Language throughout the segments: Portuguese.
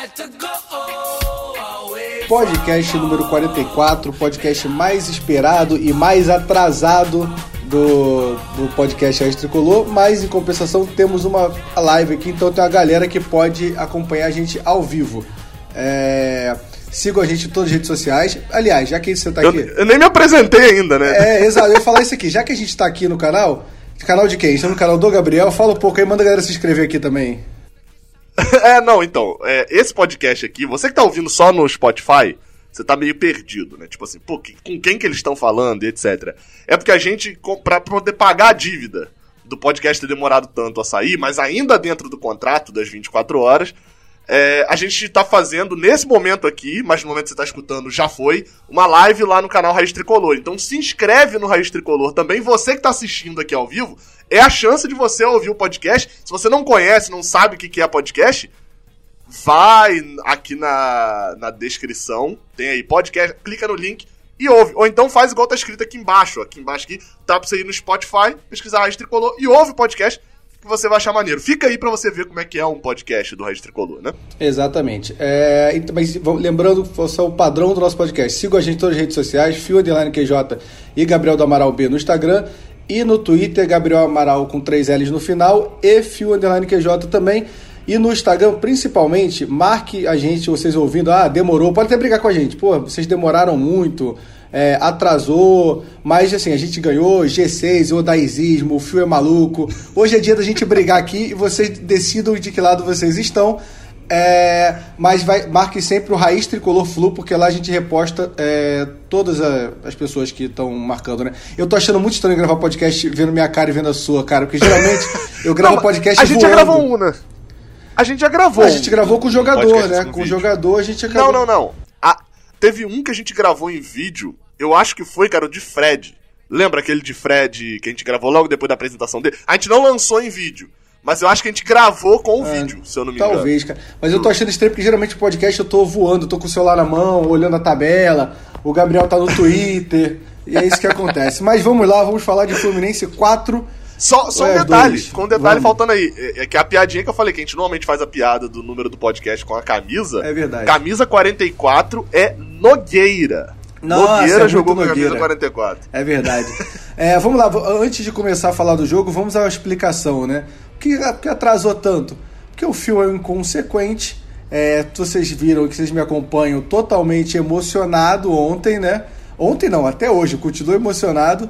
Podcast número 44, podcast mais esperado e mais atrasado do podcast Raiz Tricolor, mas em compensação temos uma live aqui, então tem uma galera que pode acompanhar a gente ao vivo. Sigam a gente em todas as redes sociais. Aliás, já que você tá aqui... Eu nem me apresentei ainda, né? Exato, eu ia falar isso aqui. Já que a gente tá aqui no canal de quem? A gente tá no canal do Gabriel, fala um pouco aí, manda a galera se inscrever aqui também. Esse podcast aqui, você que tá ouvindo só no Spotify, você tá meio perdido, né? Tipo assim, com quem que eles estão falando e etc. É porque a gente, pra poder pagar a dívida do podcast ter demorado tanto a sair, mas ainda dentro do contrato das 24 horas, a gente tá fazendo, nesse momento aqui, mas no momento que você tá escutando já foi, uma live lá no canal Raiz Tricolor. Então se inscreve no Raiz Tricolor também. Você que tá assistindo aqui ao vivo, é a chance de você ouvir o podcast. Se você não conhece, não sabe o que é podcast, vai aqui na descrição, tem aí podcast, clica no link e ouve. Ou então faz igual tá escrito aqui embaixo. Aqui embaixo aqui, tá pra você ir no Spotify, pesquisar Raiz Tricolor e ouve o podcast, que você vai achar maneiro. Fica aí pra você ver como é que é um podcast do Raiz Tricolor, né? Exatamente. Mas lembrando, esse é o padrão do nosso podcast. Siga a gente em todas as redes sociais, Fio_QJ e Gabriel do Amaral B no Instagram. E no Twitter, Gabriel Amaral com 3 L's no final e Fio_QJ também. E no Instagram, principalmente, marque a gente, vocês ouvindo, demorou, pode até brigar com a gente. Pô, vocês demoraram muito, atrasou, mas assim, a gente ganhou G6, o daizismo, o Fio é maluco. Hoje é dia da gente brigar aqui e vocês decidam de que lado vocês estão. Mas marque sempre o Raiz Tricolor Flu, porque lá a gente reposta todas as pessoas que estão marcando, né? Eu tô achando muito estranho gravar podcast vendo minha cara e vendo a sua, cara, porque geralmente eu gravo podcast a gente voando. Já gravou um, né? A gente já gravou. A gente gravou com o jogador, né? Com o jogador a gente acabou... Não. Teve um que a gente gravou em vídeo, eu acho que foi, cara, o de Fred. Lembra aquele de Fred que a gente gravou logo depois da apresentação dele? A gente não lançou em vídeo, mas eu acho que a gente gravou com o vídeo, se eu não me engano. Talvez, cara. Mas eu tô achando estranho porque geralmente o podcast eu tô voando, eu tô com o celular na mão, olhando a tabela, o Gabriel tá no Twitter, e é isso que acontece. Mas vamos lá, vamos falar de Fluminense 4... Só um detalhe, 2. Com um detalhe faltando aí. É que a piadinha que eu falei, que a gente normalmente faz a piada do número do podcast com a camisa. É verdade. Camisa 44 é Nogueira. Nossa, Nogueira jogou com a camisa 44. É verdade. Vamos lá, antes de começar a falar do jogo, vamos à explicação, né? Por que atrasou tanto? Porque o Fio é inconsequente. Vocês viram que vocês me acompanham totalmente emocionado ontem, né? Ontem não, até hoje, eu continuo emocionado.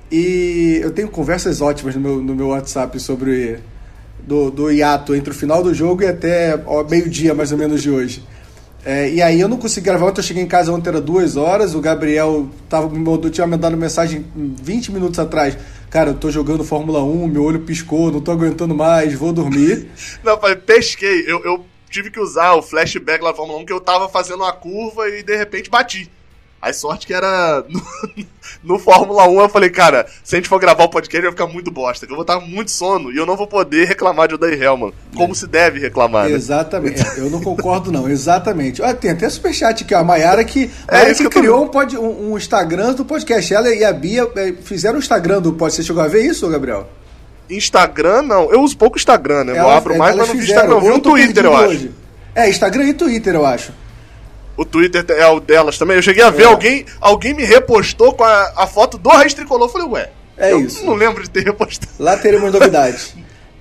E eu tenho conversas ótimas no meu WhatsApp sobre do hiato entre o final do jogo e até meio-dia, mais ou menos, de hoje. E aí eu não consegui gravar ontem, eu cheguei em casa ontem, era 2 horas, o Gabriel tinha me mandado mensagem 20 minutos atrás. Cara, eu tô jogando Fórmula 1, meu olho piscou, não tô aguentando mais, vou dormir. Não, pesquei, eu tive que usar o flashback lá da Fórmula 1, que eu tava fazendo uma curva e de repente bati. A sorte que era no Fórmula 1, eu falei, cara, se a gente for gravar o podcast vai ficar muito bosta, que eu vou estar muito sono e eu não vou poder reclamar de Odair Hellmann, como se deve reclamar, né? Exatamente, eu não concordo não, exatamente. Tem até superchat aqui, a Mayara que criou um Instagram do podcast, ela e a Bia fizeram o Instagram do podcast, você chegou a ver isso, Gabrial? Instagram não, eu uso pouco Instagram, né? Eu abro mais, mas não vi Instagram, eu vi o Twitter, eu acho. Hoje. Instagram e Twitter, eu acho. O Twitter é o delas também. Eu cheguei a ver alguém me repostou com a foto do Raiz Tricolor. Eu falei, isso. Não lembro de ter repostado. Lá teremos novidades.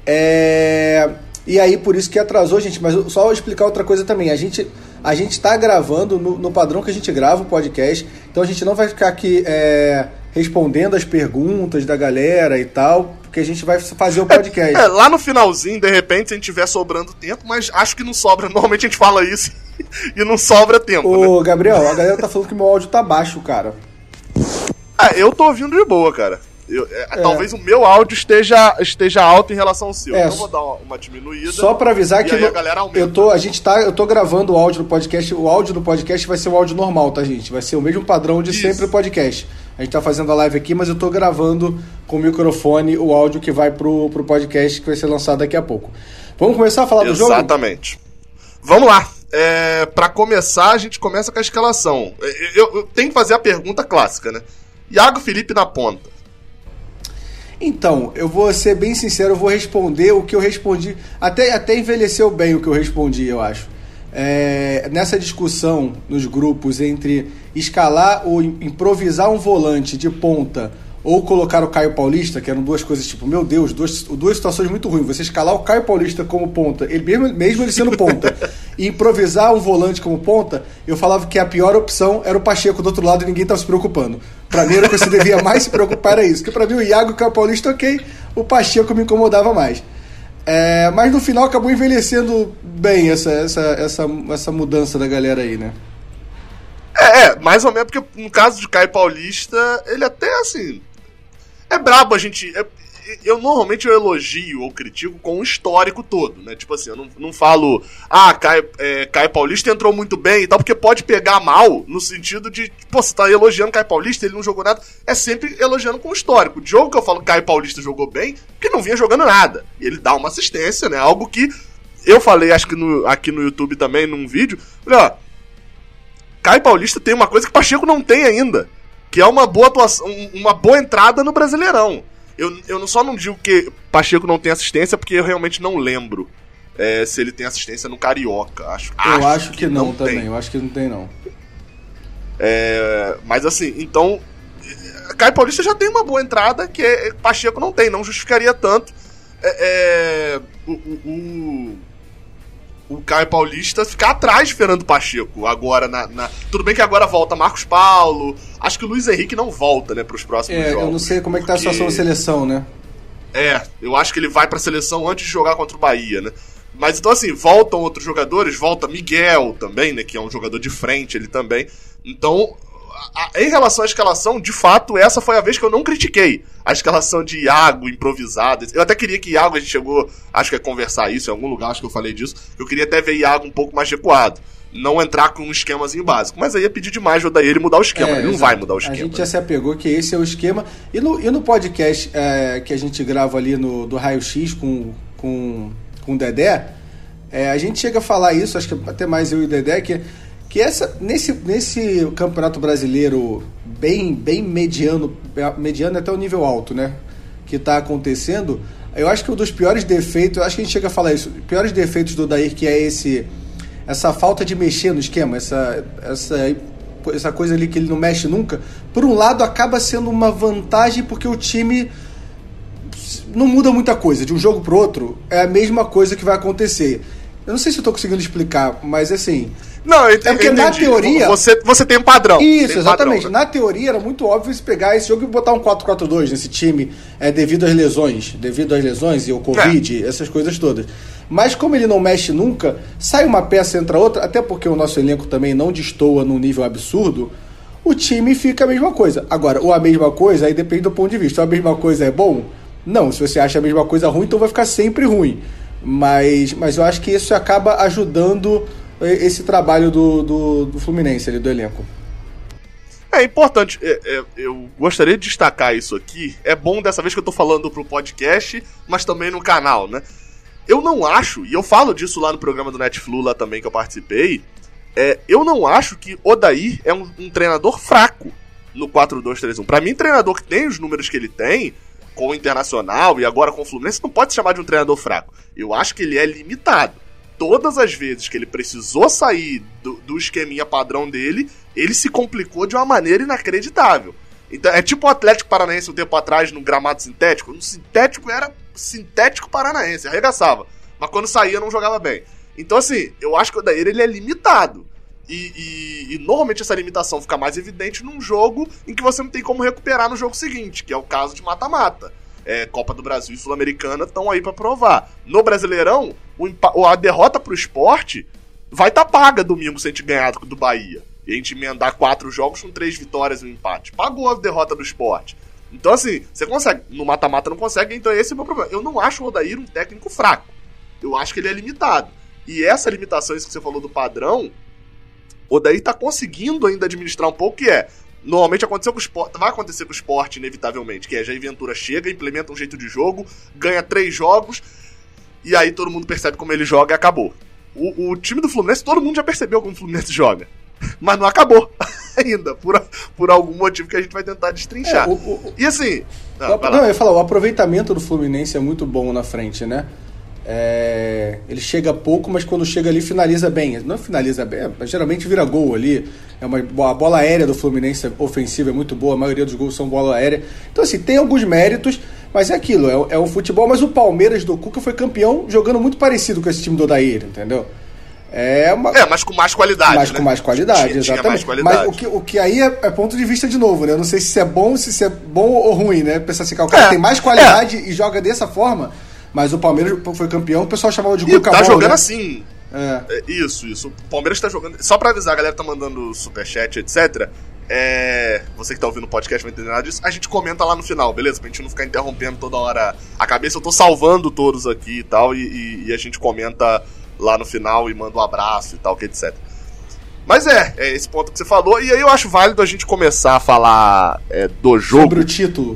E aí, por isso que atrasou, gente. Mas só explicar outra coisa também. A gente tá gravando no padrão que a gente grava o podcast. Então a gente não vai ficar aqui respondendo as perguntas da galera e tal, porque a gente vai fazer o podcast. Lá no finalzinho, de repente, se a gente tiver sobrando tempo, mas acho que não sobra. Normalmente a gente fala isso e não sobra tempo, né? Gabriel, a galera tá falando que meu áudio tá baixo, cara. Eu tô ouvindo de boa, cara. Talvez o meu áudio esteja alto em relação ao seu. Então eu vou dar uma diminuída. Só pra avisar que a galera aumenta. Eu tô gravando o áudio do podcast. O áudio do podcast vai ser o áudio normal, tá, gente? Vai ser o mesmo padrão de sempre do podcast. A gente tá fazendo a live aqui, mas eu tô gravando com o microfone o áudio que vai pro podcast que vai ser lançado daqui a pouco. Vamos começar a falar do jogo? Exatamente. Vamos lá. Pra começar, a gente começa com a escalação. Eu tenho que fazer a pergunta clássica, né? Iago Felipe na ponta. Então, eu vou ser bem sincero, eu vou responder o que eu respondi. Até envelheceu bem o que eu respondi, eu acho. nessa discussão nos grupos entre escalar ou improvisar um volante de ponta ou colocar o Caio Paulista, que eram duas coisas tipo, meu Deus, duas situações muito ruins. Você escalar o Caio Paulista como ponta, mesmo ele sendo ponta, e improvisar um volante como ponta, eu falava que a pior opção era o Pacheco do outro lado e ninguém estava se preocupando. Pra mim era o que você devia mais se preocupar, era isso. Porque pra mim o Iago e o Caio Paulista, ok, o Pacheco me incomodava mais. Mas no final acabou envelhecendo bem essa mudança da galera aí, né? Mais ou menos, porque no caso de Caio Paulista, ele até assim... É brabo a gente... Eu normalmente elogio ou critico com o histórico todo, né? Tipo assim, eu não falo... Caio Paulista entrou muito bem e tal, porque pode pegar mal no sentido de... Pô, você tá elogiando Caio Paulista, ele não jogou nada. É sempre elogiando com o histórico. O jogo que eu falo que Caio Paulista jogou bem, porque não vinha jogando nada. E ele dá uma assistência, né? Algo que eu falei, acho que aqui no YouTube também, num vídeo. Falei, ó... Caio Paulista tem uma coisa que o Pacheco não tem ainda, que é uma boa atuação, uma boa entrada no Brasileirão. Eu só não digo que Pacheco não tem assistência, porque eu realmente não lembro se ele tem assistência no Carioca. Eu acho que não também, tem. Eu acho que não tem não. Mas assim, então, Caio Paulista já tem uma boa entrada que Pacheco não tem, não justificaria tanto o Caio Paulista ficar atrás de Fernando Pacheco agora tudo bem que agora volta Marcos Paulo, acho que o Luiz Henrique não volta, né, pros próximos jogos. Eu não sei como é que tá a situação da seleção, né? Eu acho que ele vai pra seleção antes de jogar contra o Bahia, né? Mas então assim, voltam outros jogadores, volta Miguel também, né, que é um jogador de frente, ele também. Então, em relação à escalação, de fato, essa foi a vez que eu não critiquei a escalação de Iago improvisada. Eu até queria que Iago, a gente chegou, acho que a conversar isso em algum lugar, acho que eu falei disso. Eu queria até ver Iago um pouco mais recuado, não entrar com um esquemazinho básico. Mas aí ia pedir demais o Odair mudar o esquema, ele não vai mudar o esquema. A gente já se apegou que esse é o esquema. E no podcast que a gente grava ali do Raio X com o Dedé, a gente chega a falar isso, acho que até mais eu e o Dedé, que nesse Campeonato Brasileiro bem mediano até o nível alto, né, que está acontecendo, eu acho que um dos piores defeitos, eu acho que a gente chega a falar isso, piores defeitos do Odair, que é essa falta de mexer no esquema, essa coisa ali que ele não mexe nunca, por um lado acaba sendo uma vantagem porque o time não muda muita coisa, de um jogo pro outro é a mesma coisa que vai acontecer. Eu não sei se eu tô conseguindo explicar, mas assim... Não, eu entendi. Porque na teoria... Você tem um padrão. Isso, exatamente. Padrão, né? Na teoria era muito óbvio se pegar esse jogo e botar um 4-4-2 nesse time devido às lesões e o Covid, essas coisas todas. Mas como ele não mexe nunca, sai uma peça, entra outra, até porque o nosso elenco também não destoa num nível absurdo, o time fica a mesma coisa. Agora, a mesma coisa aí depende do ponto de vista. A mesma coisa é bom? Não. Se você acha a mesma coisa ruim, então vai ficar sempre ruim. Mas eu acho que isso acaba ajudando esse trabalho do Fluminense ali, do elenco. É importante, eu gostaria de destacar isso aqui. É bom dessa vez que eu tô falando pro podcast, mas também no canal, né? Eu não acho, e eu falo disso lá no programa do Netflu lá também que eu participei, eu não acho que Odair é um treinador fraco no 4-2-3-1. Pra mim, treinador que tem os números que ele tem, com o Internacional e agora com o Fluminense, não pode se chamar de um treinador fraco. Eu acho que ele é limitado. Todas as vezes que ele precisou sair do esqueminha padrão dele, ele se complicou de uma maneira inacreditável. Então, é tipo o Atlético Paranaense um tempo atrás no gramado sintético. No sintético era sintético paranaense, arregaçava. Mas quando saía não jogava bem. Então assim, eu acho que o Odair ele é limitado. E normalmente essa limitação fica mais evidente num jogo em que você não tem como recuperar no jogo seguinte, que é o caso de mata-mata. Copa do Brasil e Sul-Americana estão aí pra provar. No Brasileirão, a derrota pro Sport vai estar paga domingo se a gente ganhar do Bahia. E a gente emendar 4 jogos com 3 vitórias e um empate. Pagou a derrota do Sport. Então assim, você consegue. No mata-mata não consegue, então esse é o meu problema. Eu não acho o Odair um técnico fraco. Eu acho que ele é limitado. E essa limitação, isso que você falou do padrão, o Odair tá conseguindo ainda administrar um pouco, que normalmente aconteceu com o Sport, vai acontecer com o Sport inevitavelmente, que Jair Ventura chega, implementa um jeito de jogo, ganha 3 jogos, e aí todo mundo percebe como ele joga e acabou. O time do Fluminense, todo mundo já percebeu como o Fluminense joga, mas não acabou ainda, por algum motivo que a gente vai tentar destrinchar. E assim... eu ia falar, o aproveitamento do Fluminense é muito bom na frente, né? Ele chega pouco, mas quando chega ali finaliza bem. Não finaliza bem, mas geralmente vira gol ali. A bola aérea do Fluminense ofensiva é muito boa, a maioria dos gols são bola aérea. Então assim, tem alguns méritos, mas é aquilo, é um futebol. Mas o Palmeiras do Cuca foi campeão jogando muito parecido com esse time do Odair, entendeu? Mas com mais qualidade, mas com mais qualidade, exatamente. Mais qualidade. Mas o que aí é ponto de vista de novo, né? Eu não sei se é bom ou ruim, né? Pensar assim, que o cara tem mais qualidade e joga dessa forma, mas o Palmeiras foi campeão, o pessoal chamava de Cuca. Tá jogando, né? Assim. Isso. O Palmeiras tá jogando. Só pra avisar, a galera tá mandando superchat, etc. Você que tá ouvindo o podcast vai entender nada disso. A gente comenta lá no final, beleza? Pra gente não ficar interrompendo toda hora a cabeça. Eu tô salvando todos aqui e tal, e a gente comenta lá no final e manda um abraço e tal, que etc. Mas é esse ponto que você falou. E aí eu acho válido a gente começar a falar do jogo. Sobre o título.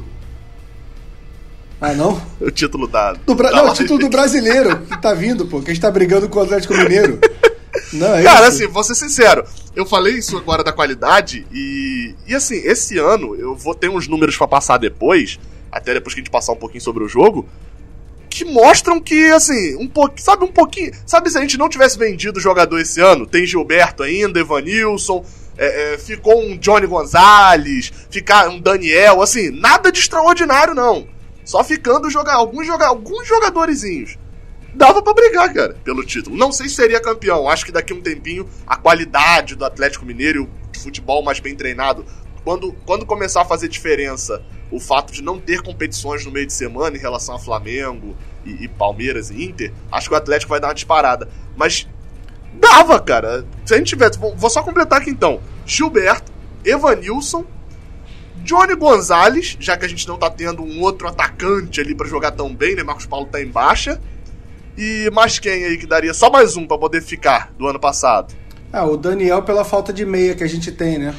Ah, não? O título o título do brasileiro que tá vindo, pô. Que a gente tá brigando com o Atlético Mineiro. Não, cara, assim, vou ser sincero. Eu falei isso agora da qualidade e assim, esse ano eu vou ter uns números pra passar depois, até depois que a gente passar um pouquinho sobre o jogo, que mostram que, assim, um pouquinho... Sabe, se a gente não tivesse vendido o jogador esse ano, tem Gilberto ainda, Evanilson, ficou um Johnny Gonzalez, ficar um Daniel, assim, nada de extraordinário, não. Só ficando alguns jogadorzinhos. Dava pra brigar, cara, pelo título. Não sei se seria campeão. Acho que daqui a um tempinho a qualidade do Atlético Mineiro e o futebol mais bem treinado, quando começar a fazer diferença o fato de não ter competições no meio de semana em relação a Flamengo e Palmeiras e Inter, acho que o Atlético vai dar uma disparada. Mas dava, cara. Se a gente tivesse... Vou só completar aqui então. Gilberto, Evanilson, Johnny Gonzalez, já que a gente não tá tendo um outro atacante ali pra jogar tão bem, né? Marcos Paulo tá em baixa. E mais quem aí que daria só mais um pra poder ficar do ano passado? O Daniel pela falta de meia que a gente tem, né?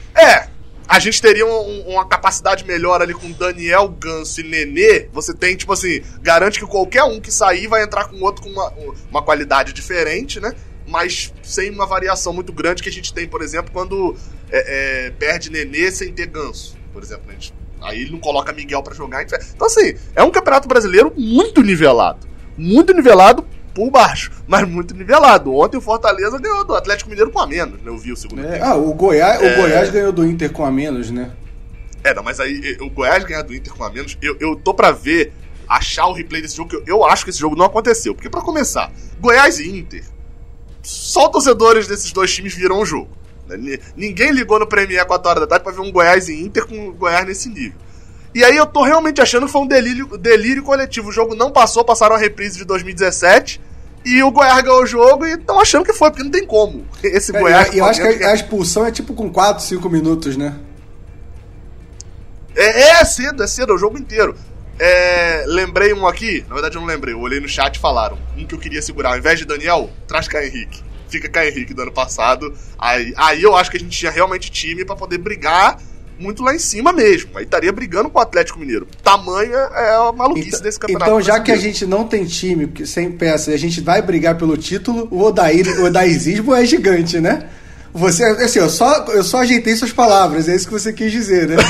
A gente teria uma capacidade melhor ali com Daniel, Ganso e Nenê. Você tem, tipo assim, garante que qualquer um que sair vai entrar com outro com uma qualidade diferente, né? Mas sem uma variação muito grande que a gente tem, por exemplo, quando perde Nenê sem ter Ganso, por exemplo. Né? Aí ele não coloca Miguel pra jogar. Então, assim, é um campeonato brasileiro muito nivelado. Muito nivelado por baixo, mas muito nivelado. Ontem o Fortaleza ganhou do Atlético Mineiro com a menos, né? Eu vi o segundo tempo. O Goiás ganhou do Inter com a menos, né? Não, mas aí o Goiás ganhar do Inter com a menos, eu tô pra achar o replay desse jogo, que eu acho que esse jogo não aconteceu. Porque pra começar, Goiás e Inter, só torcedores desses dois times viram o jogo. Né? Ninguém ligou no Premier 4 horas da tarde pra ver um Goiás e Inter com o Goiás nesse nível. E aí eu tô realmente achando que foi um delírio coletivo. O jogo não passaram a reprise de 2017 e o Goiás ganhou o jogo e estão achando que foi, porque não tem como. Esse Goiás... E eu acho que a expulsão é tipo com 4, 5 minutos, né? É cedo, o jogo inteiro. Lembrei um aqui, na verdade eu não lembrei, eu olhei no chat e falaram, um que eu queria segurar, ao invés de Daniel, traz Caio Henrique. Fica Caio Henrique do ano passado. Aí eu acho que a gente tinha realmente time pra poder brigar muito lá em cima mesmo. Aí estaria brigando com o Atlético Mineiro. Tamanho é a maluquice desse campeonato. Então, já que a gente não tem time sem peças e a gente vai brigar pelo título, o odaizismo é gigante, né? Você, assim, eu só ajeitei suas palavras, é isso que você quis dizer, né?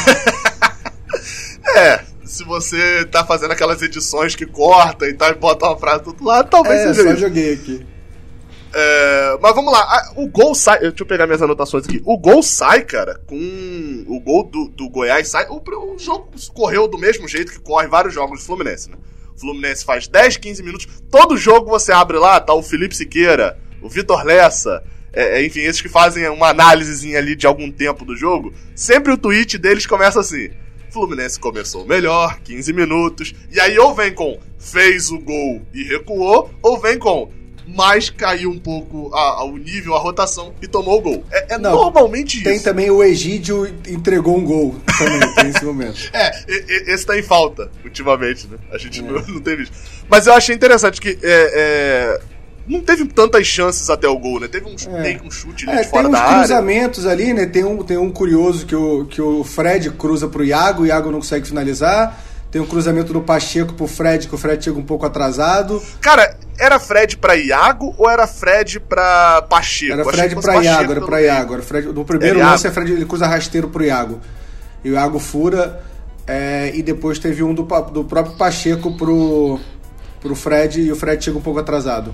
Se você tá fazendo aquelas edições que corta e tal, e bota uma frase do outro lado, talvez seja só isso. Joguei aqui. Mas vamos lá, o gol sai. Deixa eu pegar minhas anotações aqui. O gol sai, cara, com o gol do Goiás sai. O jogo correu do mesmo jeito que corre vários jogos do Fluminense, né? O Fluminense faz 10, 15 minutos. Todo jogo você abre lá, tá o Felipe Siqueira, o Vitor Lessa, enfim, esses que fazem uma análisezinha ali de algum tempo do jogo. Sempre o tweet deles começa assim: Fluminense começou melhor, 15 minutos. E aí ou vem com fez o gol e recuou, ou vem com mas caiu um pouco o nível, a rotação e tomou o gol. Não, normalmente isso. Tem também o Egídio entregou um gol também, tem esse momento. Esse tá em falta, ultimamente, né? A gente não tem visto. Mas eu achei interessante que não teve tantas chances até o gol, né? Teve um chute ali de fora da área. Tem uns cruzamentos ali, né? Tem um curioso que o Fred cruza pro Iago, o Iago não consegue finalizar. Tem um cruzamento do Pacheco pro Fred, que o Fred chega um pouco atrasado. Cara, era Fred pra Iago ou era Fred pra Pacheco? Era Fred pra Iago, era pra Iago. No primeiro lance, Fred, ele cruza rasteiro pro Iago. E o Iago fura, e depois teve um do próprio Pacheco pro pro Fred e o Fred chega um pouco atrasado.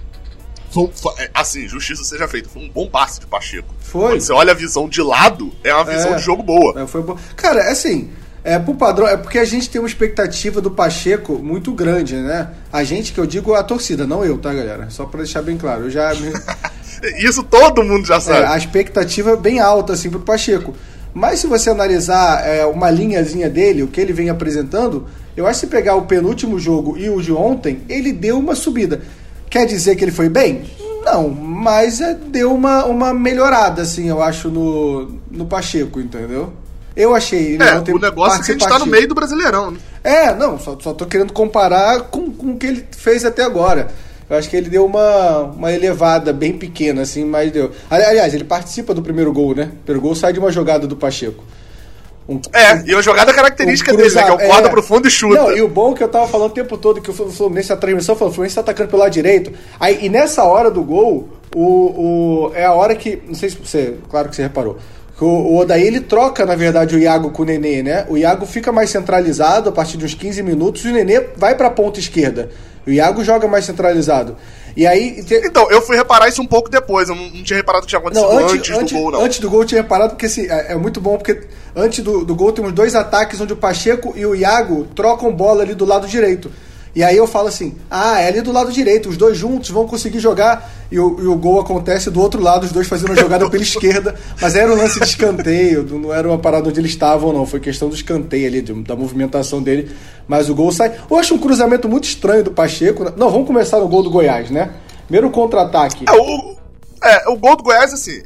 Assim, justiça seja feita. Foi um bom passe de Pacheco. Foi. Quando você olha a visão de lado, é uma visão de jogo boa. Foi bom. Cara, assim, pro padrão, é porque a gente tem uma expectativa do Pacheco muito grande, né? A gente, que eu digo, a torcida, não eu, tá, galera? Só pra deixar bem claro. Eu já... Isso todo mundo já sabe. A expectativa é bem alta, assim, pro Pacheco. Mas se você analisar uma linhazinha dele, o que ele vem apresentando, eu acho que se pegar o penúltimo jogo e o de ontem, ele deu uma subida. Quer dizer que ele foi bem? Não, mas deu uma melhorada, assim, eu acho, no Pacheco, entendeu? Eu achei... o negócio é que a gente tá no meio do Brasileirão, né? Não, só tô querendo comparar com o que ele fez até agora. Eu acho que ele deu uma elevada bem pequena, assim, mas deu. Aliás, ele participa do primeiro gol, né? O primeiro gol sai de uma jogada do Pacheco. E uma jogada característica dele, né? Que é o corda pro fundo e chuta. Não, e o bom que eu tava falando o tempo todo, que o Fluminense, a transmissão falou, o Fluminense tá atacando pelo lado direito. E nessa hora do gol, é a hora que, não sei se você, claro que você reparou, que o Odaí, ele troca, na verdade, o Iago com o Nenê, né? O Iago fica mais centralizado a partir de uns 15 minutos e o Nenê vai pra ponta esquerda. O Iago joga mais centralizado. E aí... Então, eu fui reparar isso um pouco depois. Eu não tinha reparado que tinha acontecido antes do gol, não. Antes do gol eu tinha reparado, porque assim, é muito bom, porque antes do gol temos 2 ataques onde o Pacheco e o Iago trocam bola ali do lado direito. E aí eu falo assim, é ali do lado direito, os dois juntos vão conseguir jogar, e o gol acontece do outro lado, os dois fazendo a jogada pela esquerda, mas era um lance de escanteio, não era uma parada onde eles estavam, não, foi questão do escanteio ali, da movimentação dele, mas o gol sai. Eu acho um cruzamento muito estranho do Pacheco. Não, vamos começar no gol do Goiás, né? Primeiro contra-ataque. O gol do Goiás, assim,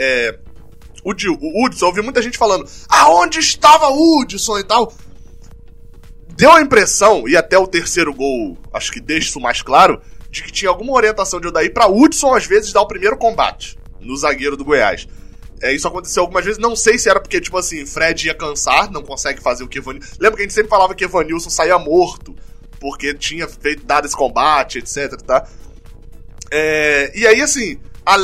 o Hudson, eu ouvi muita gente falando, aonde estava o Hudson e tal. Deu a impressão, e até o terceiro gol, acho que deixa isso mais claro, de que tinha alguma orientação de Odaí pra Hudson, às vezes, dar o primeiro combate no zagueiro do Goiás. Isso aconteceu algumas vezes, não sei se era porque, tipo assim, Fred ia cansar, não consegue fazer o que Evanilson... Lembra que a gente sempre falava que Evanilson saía morto, porque tinha dado esse combate, etc, tá? E aí, assim,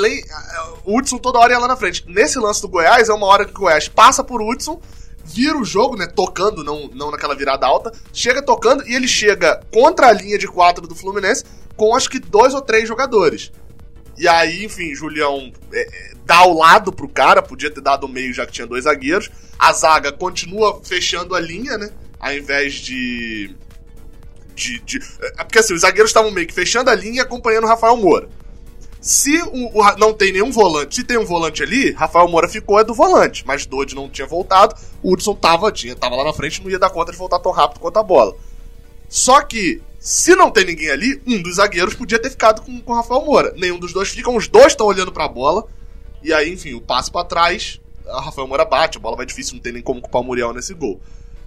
o Hudson toda hora ia lá na frente. Nesse lance do Goiás, é uma hora que o Goiás passa por Hudson, vira o jogo, né, tocando, não naquela virada alta, chega tocando e ele chega contra a linha de 4 do Fluminense com acho que 2 ou 3 jogadores. E aí, enfim, Julião dá o lado pro cara, podia ter dado o meio já que tinha 2 zagueiros, a zaga continua fechando a linha, né, ao invés de porque assim, os zagueiros estavam meio que fechando a linha e acompanhando o Rafael Moura. Se não tem nenhum volante, se tem um volante ali, Rafael Moura ficou do volante, mas Dodge não tinha voltado, o Hudson tava lá na frente, não ia dar conta de voltar tão rápido quanto a bola. Só que, se não tem ninguém ali, um dos zagueiros podia ter ficado com o Rafael Moura. Nenhum dos dois fica, os dois estão olhando pra bola, e aí, enfim, o passe pra trás, a Rafael Moura bate, a bola vai difícil, não tem nem como culpar o Muriel nesse gol.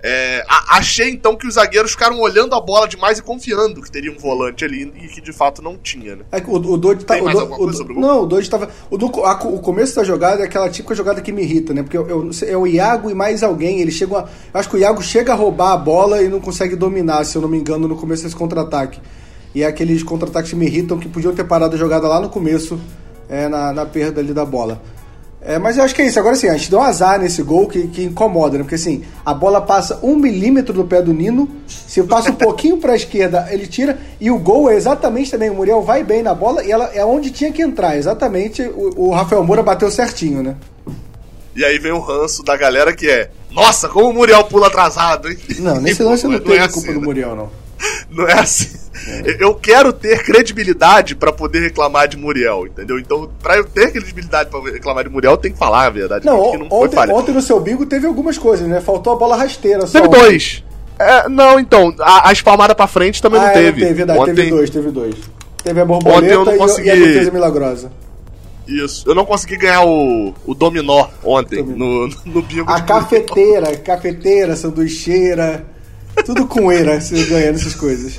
Achei então que os zagueiros ficaram olhando a bola demais e confiando que teria um volante ali e que de fato não tinha, né? O Dodge tá, tem mais alguma coisa sobre o gol? Não, o Dodge tava. O começo da jogada é aquela típica jogada que me irrita, né? Porque é o Iago e mais alguém. Eles chegam eu acho que o Iago chega a roubar a bola e não consegue dominar, se eu não me engano, no começo desse contra-ataque. E é aqueles contra-ataques que me irritam, que podiam ter parado a jogada lá no começo, na perda ali da bola. Mas eu acho que é isso. Agora sim, a gente deu um azar nesse gol que incomoda, né? Porque assim, a bola passa 1 milímetro do pé do Nino, se passa um pouquinho pra esquerda, ele tira, e o gol é exatamente também, o Muriel vai bem na bola, e ela é onde tinha que entrar, exatamente, o Rafael Moura bateu certinho, né? E aí vem o ranço da galera que nossa, como o Muriel pula atrasado, hein? Não, nesse lance não teve culpa do Muriel, não. Não é assim. Eu quero ter credibilidade pra poder reclamar de Muriel, entendeu? Então, pra eu ter credibilidade pra reclamar de Muriel, eu tenho que falar a verdade. Não, ontem no seu bingo teve algumas coisas, né? Faltou a bola rasteira só. Teve 2. Não, então, a espalmada pra frente também não teve. Não teve, verdade, ontem... teve dois. Teve a borboleta e a defesa milagrosa. Isso, eu não consegui ganhar o dominó ontem no bingo. A cafeteira, sanduicheira, tudo com eira, você ganhando essas coisas.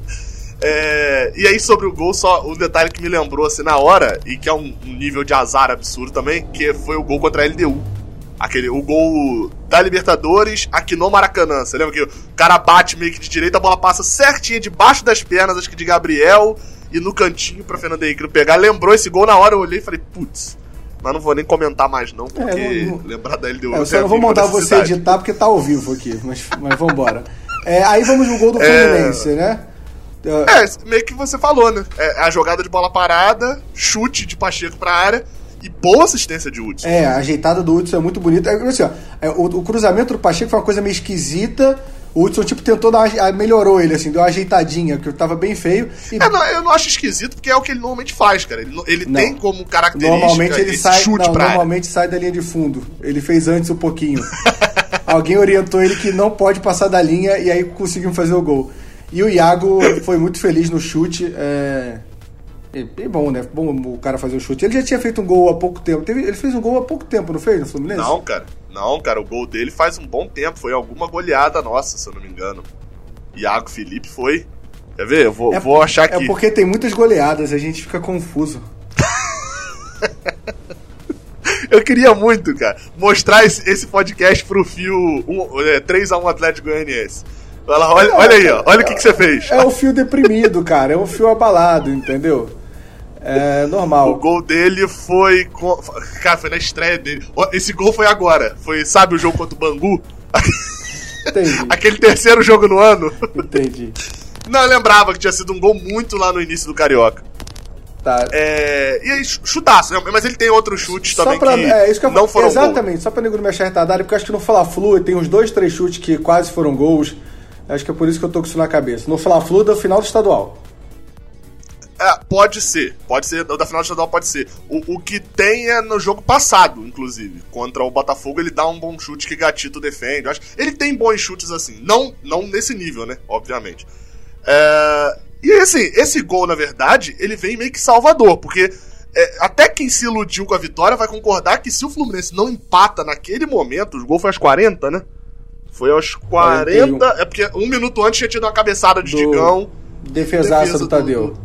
E aí sobre o gol, só um detalhe que me lembrou assim na hora, e que é um nível de azar absurdo também, que foi o gol contra a LDU. O gol da Libertadores aqui no Maracanã. Você lembra que o cara bate meio que de direita, a bola passa certinha debaixo das pernas, acho que de Gabriel, e no cantinho pra Fernando Henrique pegar. Lembrou esse gol na hora, eu olhei e falei, putz, mas não vou nem comentar mais não, porque lembrar da LDU... Eu só não vou mandar você editar porque tá ao vivo aqui, mas vambora. Aí vamos no gol do Fluminense, né? Meio que você falou, né? A jogada de bola parada, chute de Pacheco pra área e boa assistência de Hudson. A ajeitada do Hudson é muito bonita. Assim, o cruzamento do Pacheco foi uma coisa meio esquisita. O Hudson, tentou melhorou ele, assim, deu uma ajeitadinha, que tava bem feio. Eu não acho esquisito, porque é o que ele normalmente faz, cara. Ele tem como característica normalmente ele chute pra normalmente sai da linha de fundo. Ele fez antes um pouquinho. Alguém orientou ele que não pode passar da linha e aí conseguimos fazer o gol. E o Iago foi muito feliz no chute. E bom, né? Bom o cara fazer o chute. Ele já tinha feito um gol há pouco tempo. Ele fez um gol há pouco tempo, não fez, no Fluminense? Não, cara, o gol dele faz um bom tempo. Foi alguma goleada nossa, se eu não me engano. Iago Felipe foi. Quer ver? Eu vou achar aqui. É porque tem muitas goleadas, a gente fica confuso. Eu queria muito, cara, mostrar esse podcast pro Fio 3-1 Atlético Goianiense. Olha aí, ó. Olha o que você fez. É um Fio deprimido, cara. É um Fio abalado, entendeu? É normal. O gol dele foi... Cara, foi na estreia dele. Esse gol foi agora. Sabe o jogo contra o Bangu? Entendi. Aquele terceiro jogo no ano. Entendi. Não, eu lembrava que tinha sido um gol muito lá no início do Carioca. Tá. E aí, chutaço, né? Mas ele tem outros chutes também isso que eu não foram exatamente, gol. só pra nego não me achar retardado, porque eu acho que no Fla-Flu tem uns 2, 3 chutes que quase foram gols. Acho que é por isso que eu tô com isso na cabeça. No Fla-Flu do final do estadual. Pode ser, da final do estadual pode ser. O que tem é no jogo passado, inclusive. Contra o Botafogo, ele dá um bom chute que Gatito defende. Eu acho. Ele tem bons chutes assim. Não nesse nível, né? Obviamente. E assim, esse gol, na verdade, ele vem meio que salvador, porque até quem se iludiu com a vitória vai concordar que se o Fluminense não empata naquele momento, o gol foi aos 40, né? Foi aos 40. 41. É porque um minuto antes tinha tido uma cabeçada de Digão. Defesaça do Tadeu.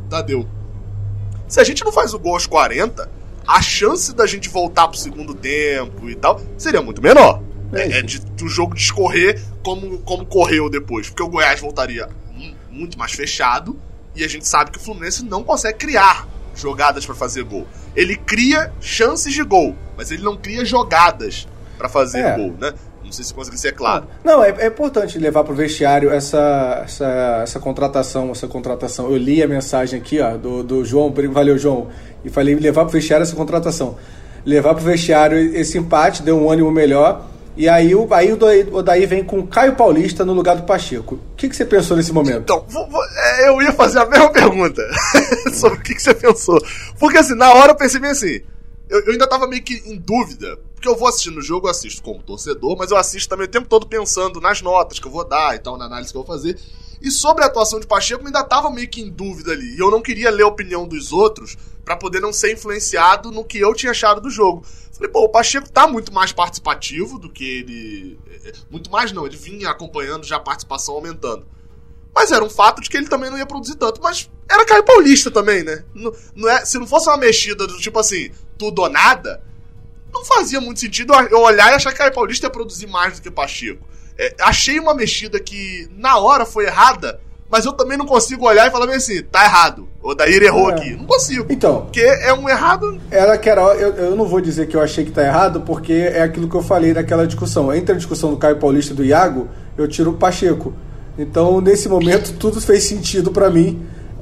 Se a gente não faz o gol aos 40, a chance da gente voltar pro segundo tempo e tal seria muito menor. Do jogo discorrer como correu depois. Porque o Goiás voltaria muito mais fechado e a gente sabe que o Fluminense não consegue criar jogadas pra fazer gol. Ele cria chances de gol, mas ele não cria jogadas pra fazer gol, né? Não sei se consegui ser claro. Não, é importante levar pro vestiário essa contratação. Eu li a mensagem aqui, ó, do João. Valeu, João. E falei levar pro vestiário essa contratação. Levar pro vestiário esse empate, deu um ânimo melhor. E aí o Odair vem com o Caio Paulista no lugar do Pacheco. O que você pensou nesse momento? Então, eu ia fazer a mesma pergunta sobre o que você pensou. Porque assim, na hora eu pensei bem assim, eu ainda tava meio que em dúvida. Porque eu vou assistindo o jogo, eu assisto como torcedor, mas eu assisto também o tempo todo pensando nas notas que eu vou dar e tal, na análise que eu vou fazer. E sobre a atuação de Pacheco, eu ainda tava meio que em dúvida ali. E eu não queria ler a opinião dos outros pra poder não ser influenciado no que eu tinha achado do jogo. Falei, o Pacheco tá muito mais participativo do que ele... Muito mais não, ele vinha acompanhando já a participação aumentando. Mas era um fato de que ele também não ia produzir tanto. Mas era Caio Paulista também, né? Se não fosse uma mexida do tipo assim, tudo ou nada, não fazia muito sentido eu olhar e achar que Caio Paulista ia produzir mais do que Pacheco. Achei uma mexida que na hora foi errada, mas eu também não consigo olhar e falar bem assim, tá errado, o Odair errou aqui. Não consigo. Então, porque é um errado... Eu não vou dizer que eu achei que tá errado, porque é aquilo que eu falei naquela discussão. Entre a discussão do Caio Paulista e do Iago, eu tiro o Pacheco. Então, nesse momento, tudo fez sentido pra mim.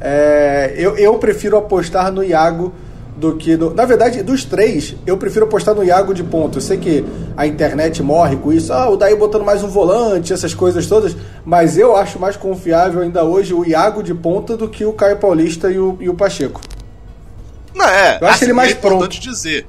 Eu prefiro apostar no Iago do que no... Na verdade, dos três, eu prefiro apostar no Iago de ponta. Eu sei que a internet morre com isso. O Daí botando mais um volante, essas coisas todas. Mas eu acho mais confiável ainda hoje o Iago de ponta do que o Caio Paulista e o Pacheco. Não, eu acho ele mais pronto. É importante dizer.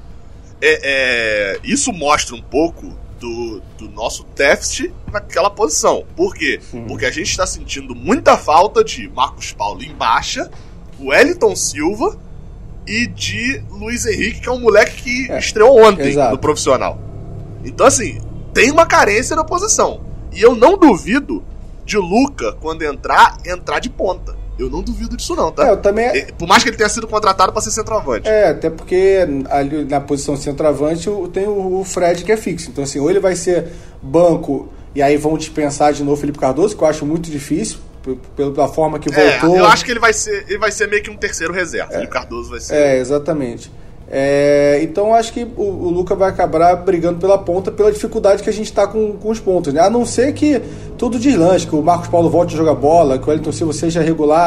Isso mostra um pouco do nosso déficit naquela posição. Por quê? Porque a gente está sentindo muita falta de Marcos Paulo em baixa, o Wellington Silva e de Luiz Henrique, que é um moleque que estreou ontem no profissional. Então, assim, tem uma carência na posição. E eu não duvido de Luca, quando entrar de ponta. Eu não duvido disso não, tá? Eu também... Por mais que ele tenha sido contratado para ser centroavante. Até porque ali na posição de centroavante tem o Fred, que é fixo. Então, assim, ou ele vai ser banco e aí vão dispensar de novo o Felipe Cardoso, que eu acho muito difícil, pela forma que voltou. Eu acho que ele vai ser meio que um terceiro reserva. Felipe Cardoso vai ser. Exatamente. Então acho que o Luca vai acabar brigando pela ponta pela dificuldade que a gente está com os pontos, né? A não ser que tudo deslanche, que o Marcos Paulo volte a jogar bola, que o Wellington Silva seja regular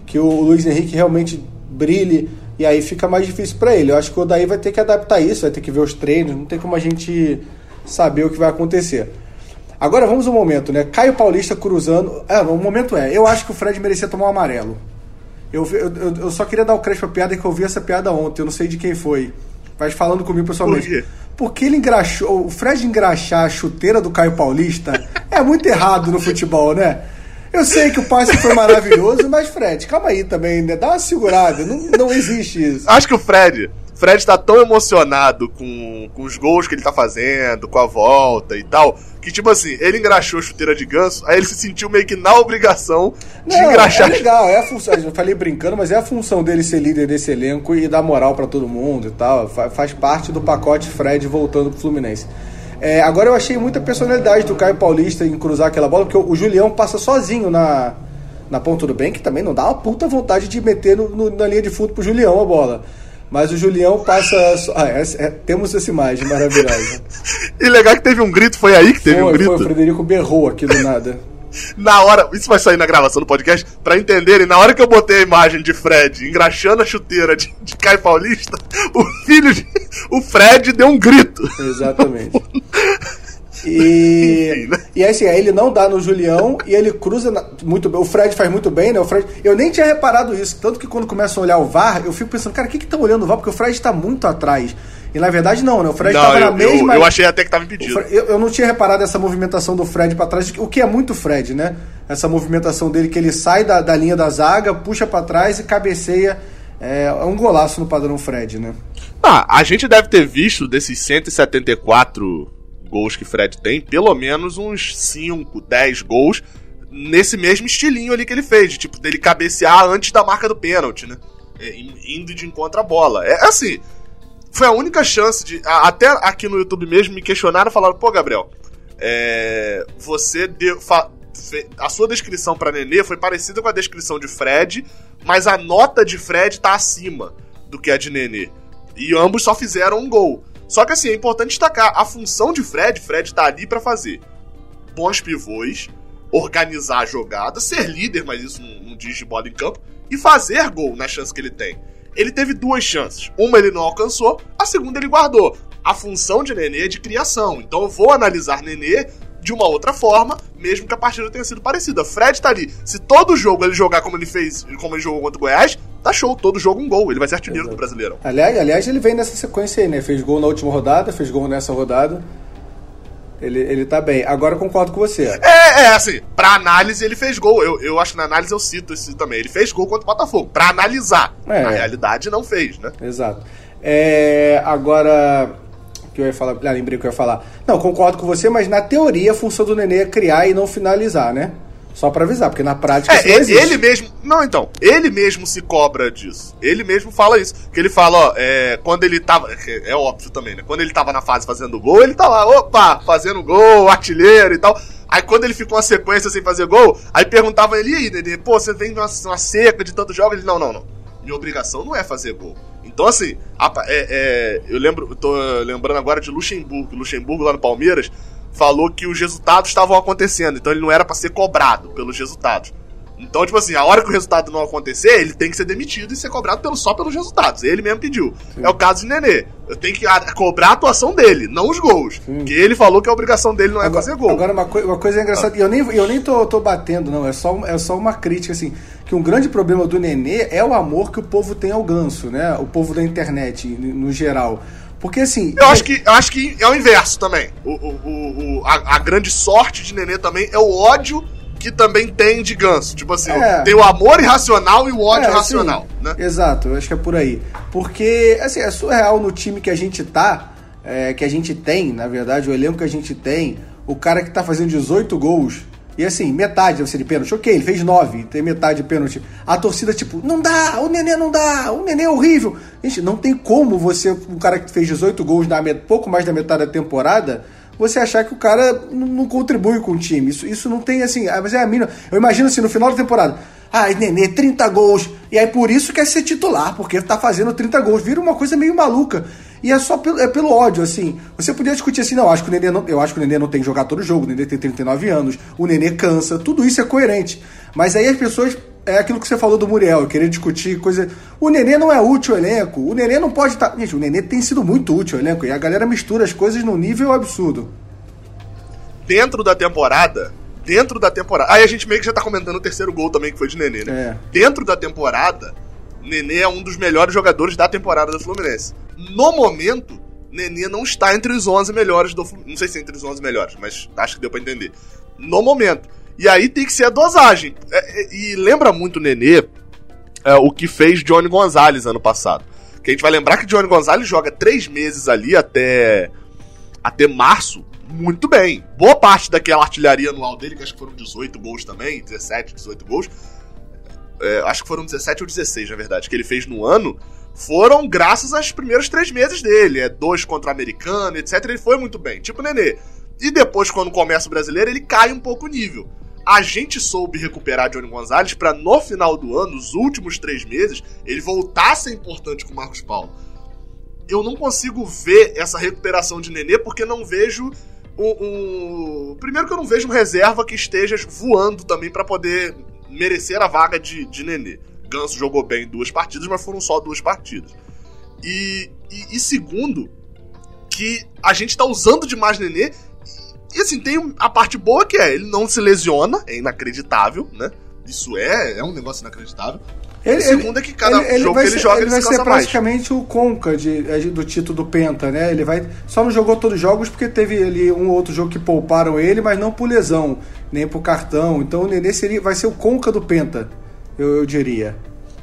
que o Luiz Henrique realmente brilhe, e aí fica mais difícil para ele. Eu acho que o Odair vai ter que adaptar isso, vai ter que ver os treinos, não tem como a gente saber o que vai acontecer. Agora vamos ao momento, né? Caio Paulista cruzando. O momento eu acho que o Fred merecia tomar um amarelo. Eu só queria dar o crédito pra piada, que eu vi essa piada ontem, eu não sei de quem foi. Mas falando comigo pessoalmente. Por quê? Porque ele engraxou. O Fred engraxar a chuteira do Caio Paulista é muito errado no futebol, né? Eu sei que o passe foi maravilhoso, mas Fred, calma aí também, né? Dá uma segurada, não existe isso. Acho que o Fred tá tão emocionado com os gols que ele tá fazendo, com a volta e tal, que tipo assim, ele engraxou a chuteira de ganso, aí ele se sentiu meio que na obrigação de engraxar. É legal, é a função, eu falei brincando, mas é a função dele ser líder desse elenco e dar moral pra todo mundo e tal, faz parte do pacote Fred voltando pro Fluminense. Agora eu achei muita personalidade do Caio Paulista em cruzar aquela bola, porque o Julião passa sozinho na ponta, tudo bem que também não dá uma puta vontade de meter na linha de fundo pro Julião a bola. Mas o Julião passa... temos essa imagem maravilhosa. E legal que teve um grito, foi aí que teve um grito? Foi, o Frederico berrou aqui do nada. Na hora, isso vai sair na gravação do podcast, pra entenderem, na hora que eu botei a imagem de Fred engraxando a chuteira de Caio Paulista, o Fred deu um grito. Exatamente. E assim, aí ele não dá no Julião e ele cruza muito bem. O Fred faz muito bem, né? Eu nem tinha reparado isso, tanto que quando começam a olhar o VAR, eu fico pensando, cara, o que estão olhando o VAR? Porque o Fred tá muito atrás. E na verdade não, né? O Fred tava na mesma... Eu achei até que tava impedido. Eu não tinha reparado essa movimentação do Fred pra trás, o que é muito Fred, né? Essa movimentação dele, que ele sai da linha da zaga, puxa pra trás e cabeceia. É um golaço no padrão Fred, né? A gente deve ter visto desses 174 gols que Fred tem, pelo menos uns 5, 10 gols nesse mesmo estilinho ali que ele fez, de tipo, dele cabecear antes da marca do pênalti, né? Indo de encontro à bola. Assim, foi a única chance de... Até aqui no YouTube mesmo me questionaram e falaram, pô, Gabriel, você deu... A sua descrição pra Nenê foi parecida com a descrição de Fred, mas a nota de Fred tá acima do que a de Nenê. E ambos só fizeram um gol. Só que assim, é importante destacar, a função de Fred tá ali pra fazer bons pivôs, organizar a jogada, ser líder, mas isso não diz de bola em campo, e fazer gol na chance que ele tem. Ele teve 2 chances, uma ele não alcançou, a segunda ele guardou. A função de Nenê é de criação, então eu vou analisar Nenê de uma outra forma, mesmo que a partida tenha sido parecida. Fred tá ali, se todo jogo ele jogar como ele fez, como ele jogou contra o Goiás, tá show, todo jogo um gol, ele vai ser artilheiro do Brasileirão. Aliás, ele vem nessa sequência aí, né? Fez gol na última rodada, fez gol nessa rodada. Ele tá bem. Agora eu concordo com você. Assim, pra análise ele fez gol. Eu acho que na análise eu cito isso também. Ele fez gol contra o Botafogo, pra analisar. Na realidade não fez, né? Exato. Agora... que eu ia falar, lembrei o que eu ia falar. Não, concordo com você, mas na teoria a função do Nenê é criar e não finalizar, né? Só pra avisar, porque na prática isso não existe. Ele mesmo... Não, então, ele mesmo se cobra disso. Ele mesmo fala isso. Que ele fala, quando ele tava... É óbvio também, né? Quando ele tava na fase fazendo gol, ele tá lá, opa, fazendo gol, artilheiro e tal. Aí quando ele ficou uma sequência sem fazer gol, aí perguntava ele, e aí, Nenê, pô, você vem uma seca de tantos jogos? Ele, não. Minha obrigação não é fazer gol. Então, assim, eu tô lembrando agora de Luxemburgo. Luxemburgo, lá no Palmeiras, falou que os resultados estavam acontecendo. Então, ele não era pra ser cobrado pelos resultados. Então, tipo assim, a hora que o resultado não acontecer, ele tem que ser demitido e ser cobrado só pelos resultados. Ele mesmo pediu. Sim. É o caso de Nenê. Eu tenho que cobrar a atuação dele, não os gols. Sim. Porque ele falou que a obrigação dele não é fazer gol. Agora, uma coisa engraçada, e eu nem tô batendo, não. É só uma crítica, assim, que um grande problema do Nenê é o amor que o povo tem ao Ganso, né? O povo da internet, no geral. Porque, assim... Eu acho que é o inverso também. A grande sorte de Nenê também é o ódio que também tem de Ganso. Tipo assim, tem o amor irracional e o ódio racional, né? Exato, eu acho que é por aí. Porque, assim, é surreal no time que a gente tá, que a gente tem, na verdade, o elenco que a gente tem, o cara que tá fazendo 18 gols, e assim, metade deve ser de pênalti. Ok, ele fez 9, tem metade de pênalti. A torcida, tipo, não dá, o Nenê não dá, o Nenê é horrível. Gente, não tem como você, um cara que fez 18 gols na pouco mais da metade da temporada, você achar que o cara não contribui com o time. Isso não tem, assim... Mas é a mínima. Eu imagino, assim, no final da temporada... Nenê, 30 gols. E aí, por isso quer ser titular, porque tá fazendo 30 gols. Vira uma coisa meio maluca. E é só pelo ódio, assim. Você podia discutir assim, não, eu acho que o Nenê não tem que jogar todo jogo. O Nenê tem 39 anos. O Nenê cansa. Tudo isso é coerente. Mas aí as pessoas é aquilo que você falou do Muriel, querer discutir coisa. O Nenê não é útil ao elenco. O Nenê não pode estar. Gente, o Nenê tem sido muito útil ao elenco. E a galera mistura as coisas num nível absurdo. Dentro da temporada. Aí a gente meio que já tá comentando o terceiro gol também, que foi de Nenê, né? Dentro da temporada, Nenê é um dos melhores jogadores da temporada do Fluminense. No momento, Nenê não está entre os 11 melhores do Fluminense. Não sei se é entre os 11 melhores, mas acho que deu pra entender. No momento. E aí tem que ser a dosagem. E lembra muito o Nenê o que fez Johnny Gonzalez ano passado. Que a gente vai lembrar que Johnny Gonzalez joga 3 meses ali até março muito bem. Boa parte daquela artilharia anual dele, que acho que foram 18 gols também, 17, 18 gols. Acho que foram 17 ou 16, na verdade, que ele fez no ano, foram graças aos primeiros 3 meses dele. 2 contra o Americano, etc. Ele foi muito bem, tipo o Nenê. E depois, quando começa o Brasileiro, ele cai um pouco o nível. A gente soube recuperar Johnny Gonzalez para no final do ano, os últimos 3 meses, ele voltar a ser importante com o Marcos Paulo. Eu não consigo ver essa recuperação de Nenê porque não vejo primeiro que eu não vejo um reserva que esteja voando também para poder merecer a vaga de Nenê. Ganso jogou bem em 2 partidas, mas foram só 2 partidas. E segundo, que a gente tá usando demais Nenê. E assim, tem a parte boa que ele não se lesiona, é inacreditável, né? Isso é um negócio inacreditável. E segundo é que cada jogo que ele joga, ele vai ser praticamente o Conca do título do Penta, né? Ele só não jogou todos os jogos porque teve ali um outro jogo que pouparam ele, mas não por lesão, nem por cartão. Então o Nenê vai ser o Conca do Penta, eu diria.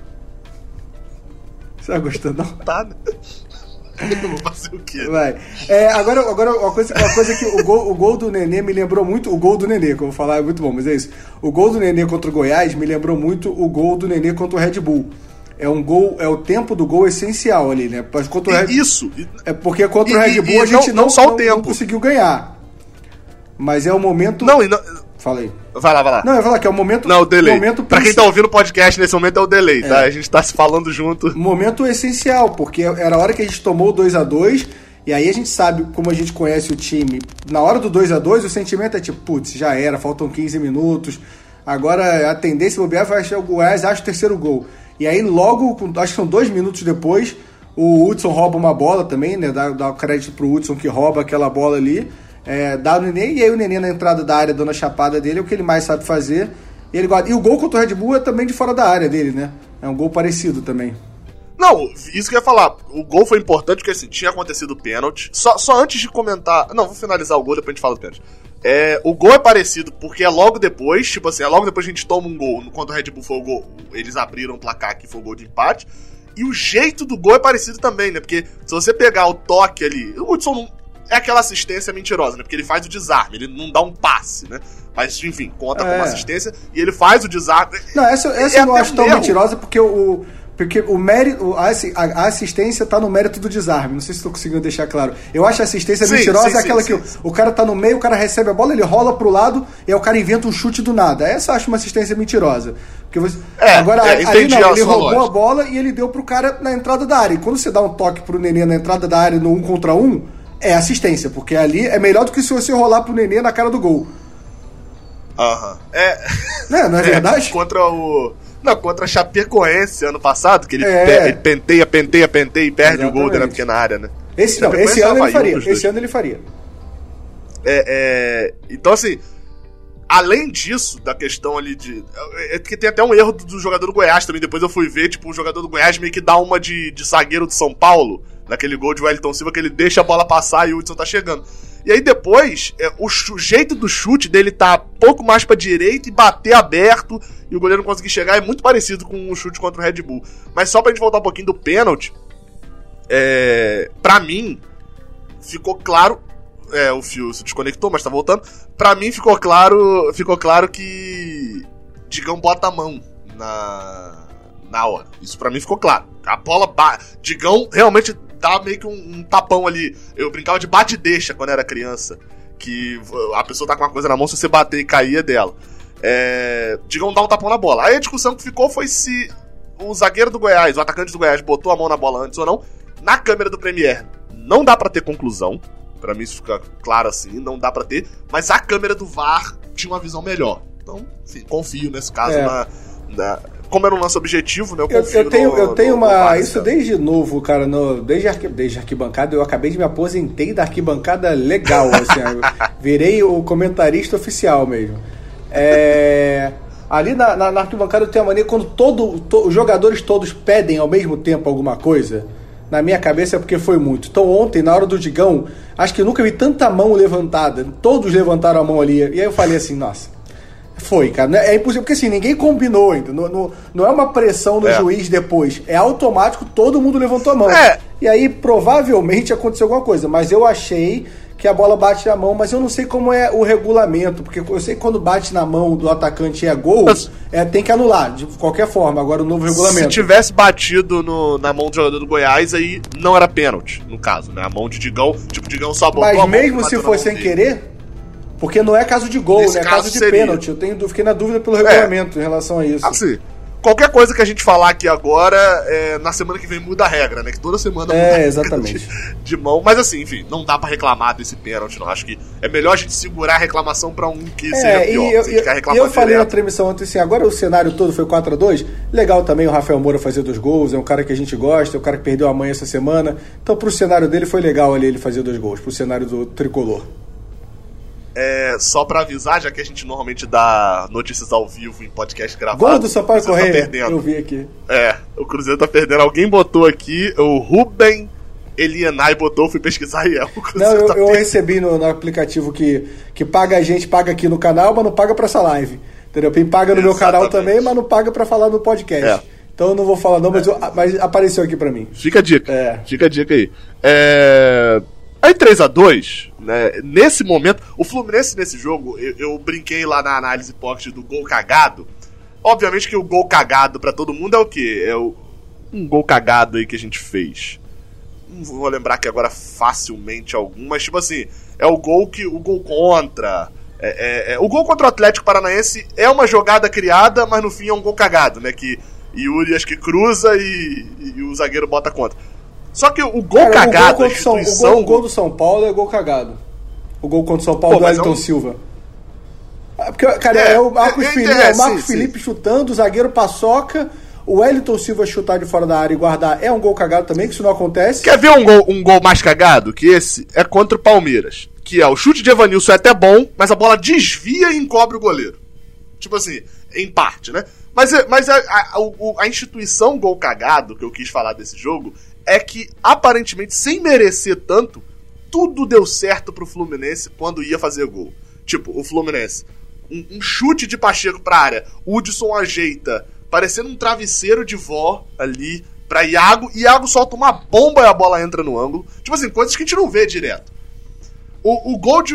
Você tá gostando, não? Tá, né? Eu vou fazer o quê? Vai. Agora uma coisa que o gol do Nenê me lembrou muito. O gol do Nenê, que eu vou falar, é muito bom, mas é isso. O gol do Nenê contra o Goiás me lembrou muito o gol do Nenê contra o Red Bull. É o tempo do gol essencial ali, né? Isso! É porque contra o Red Bull a gente não conseguiu ganhar. Mas é o momento. Não. Fala aí. Vai lá. Não, eu ia falar que é o momento... Não, o delay. Pra quem tá ouvindo o podcast nesse momento é o delay, tá? A gente tá se falando junto. Momento essencial, porque era a hora que a gente tomou o 2-2, e aí a gente sabe, como a gente conhece o time, na hora do 2-2 o sentimento é tipo, putz, já era, faltam 15 minutos, agora a tendência do bobear vai achar o Goiás, acha o terceiro gol. E aí logo, acho que são 2 minutos depois, o Hudson rouba uma bola também, né? Dá o crédito pro Hudson que rouba aquela bola ali. Dá o Nenê, e aí o Nenê na entrada da área dando a chapada dele, é o que ele mais sabe fazer. E o gol contra o Red Bull é também de fora da área dele, né? É um gol parecido também. Não, isso que eu ia falar. O gol foi importante porque assim, tinha acontecido o pênalti. Só antes de comentar. Não, vou finalizar o gol, depois a gente fala do pênalti. O gol é parecido porque é logo depois, tipo assim, logo depois a gente toma um gol. Quando o Red Bull foi o gol, eles abriram o placar que foi o gol de empate. E o jeito do gol é parecido também, né? Porque se você pegar o toque ali, o Hudson não. É aquela assistência mentirosa, né? Porque ele faz o desarme, ele não dá um passe, né? Mas, enfim, conta como assistência e ele faz o desarme. Não, essa eu não acho tão mentirosa porque o mérito, a assistência tá no mérito do desarme. Não sei se estou conseguindo deixar claro. Eu acho a assistência mentirosa aquela que o cara tá no meio, o cara recebe a bola, ele rola pro lado e aí o cara inventa um chute do nada. Essa eu acho uma assistência mentirosa. Porque ali não, ele roubou a bola e ele deu pro cara na entrada da área. E quando você dá um toque pro Nenê na entrada da área no 1 contra 1, é assistência, porque ali é melhor do que se você rolar pro Nenê na cara do gol. Não é verdade? Contra a Chapecoense ano passado, que ele penteia e perde o gol dentro da pequena área, né? Esse ano ele faria. Então, assim, além disso, da questão ali de... que tem até um erro do jogador do Goiás também. Depois eu fui ver, tipo, o jogador do Goiás meio que dá uma de zagueiro do São Paulo, naquele gol de Wellington Silva, que ele deixa a bola passar e o Hudson tá chegando. E aí depois, o jeito do chute dele tá pouco mais pra direita e bater aberto, e o goleiro não conseguir chegar, é muito parecido com o chute contra o Red Bull. Mas só pra gente voltar um pouquinho do pênalti, pra mim, ficou claro... o fio se desconectou, mas tá voltando. Pra mim ficou claro que Digão bota a mão na hora. Isso pra mim ficou claro. A bola Digão realmente dá meio que um tapão ali. Eu brincava de bate e deixa quando era criança, que a pessoa tá com uma coisa na mão, se você bater e caía dela. Digão dá um tapão na bola. Aí a discussão que ficou foi se o zagueiro do Goiás, o atacante do Goiás, botou a mão na bola antes ou não. Na câmera do Premier não dá pra ter conclusão. Pra mim isso fica claro assim, não dá pra ter. Mas a câmera do VAR tinha uma visão melhor. Então, enfim, confio nesse caso como era um lance objetivo, né? Eu tenho uma... Isso desde novo, cara. Desde arquibancada, eu acabei de me aposentei da arquibancada legal, assim. Virei o comentarista oficial mesmo. Ali na arquibancada eu tenho a mania quando os jogadores todos pedem ao mesmo tempo alguma coisa. Na minha cabeça é porque foi muito. Então ontem, na hora do Digão, acho que eu nunca vi tanta mão levantada. Todos levantaram a mão ali. E aí eu falei assim, nossa, foi, cara. É impossível, porque assim, ninguém combinou ainda. Não é uma pressão no juiz depois. É automático, todo mundo levantou a mão. E aí provavelmente aconteceu alguma coisa. Mas eu achei que a bola bate na mão, mas eu não sei como é o regulamento, porque eu sei que quando bate na mão do atacante é gol, tem que anular, de qualquer forma, agora o novo regulamento. Se tivesse batido na mão do jogador do Goiás, aí não era pênalti, no caso, né? A mão de Digão, tipo, Digão só botou a mão. Mas mesmo se for sem querer, porque não é caso de gol, né? É caso de pênalti. Eu fiquei na dúvida pelo regulamento em relação a isso. Assim, qualquer coisa que a gente falar aqui agora, na semana que vem muda a regra, né? Que toda semana muda a regra exatamente. De mão. Mas assim, enfim, não dá pra reclamar desse pênalti, não. Acho que é melhor a gente segurar a reclamação pra um que seja pior. Eu falei na transmissão ontem assim, agora o cenário todo foi 4-2. Legal também o Rafael Moura fazer 2 gols, é um cara que a gente gosta, é um cara que perdeu a mãe essa semana. Então pro cenário dele foi legal ali ele fazer 2 gols, pro cenário do tricolor. Só pra avisar, já que a gente normalmente dá notícias ao vivo em podcast gravado. Gol do Sampaio Correia, eu vi aqui. O Cruzeiro tá perdendo. Alguém botou aqui, o Rubem Elianai botou, fui pesquisar e o Cruzeiro eu recebi no aplicativo que paga a gente, paga aqui no canal, mas não paga pra essa live. Entendeu? Quem paga no meu canal também, mas não paga pra falar no podcast. Então eu não vou falar não, mas apareceu aqui pra mim. Fica a dica. Fica a dica aí. Aí 3-2, né? Nesse momento, o Fluminense nesse jogo, eu brinquei lá na análise pocket do gol cagado. Obviamente que o gol cagado pra todo mundo é o quê? Um gol cagado aí que a gente fez. Não vou lembrar aqui agora facilmente algum, mas tipo assim, é o gol contra. O gol contra o Atlético Paranaense é uma jogada criada, mas no fim é um gol cagado, né? Que Yuri acho que cruza e o zagueiro bota contra. Só que o gol cagado, o gol do São Paulo é gol cagado. O gol contra o São Paulo do Wellington Silva. Porque, cara, é o Marcos Felipe chutando, o zagueiro paçoca, o Wellington Silva chutar de fora da área e guardar é um gol cagado também, que isso não acontece. Quer ver um gol mais cagado que esse? É contra o Palmeiras. Que o chute de Evanilson é até bom, mas a bola desvia e encobre o goleiro. Tipo assim, em parte, né? Mas a instituição gol cagado, que eu quis falar desse jogo, é que, aparentemente, sem merecer tanto, tudo deu certo pro Fluminense quando ia fazer gol. Tipo, o Fluminense, um chute de Pacheco pra área, o Hudson ajeita, parecendo um travesseiro de vó ali pra Iago solta uma bomba e a bola entra no ângulo. Tipo assim, coisas que a gente não vê direto. O gol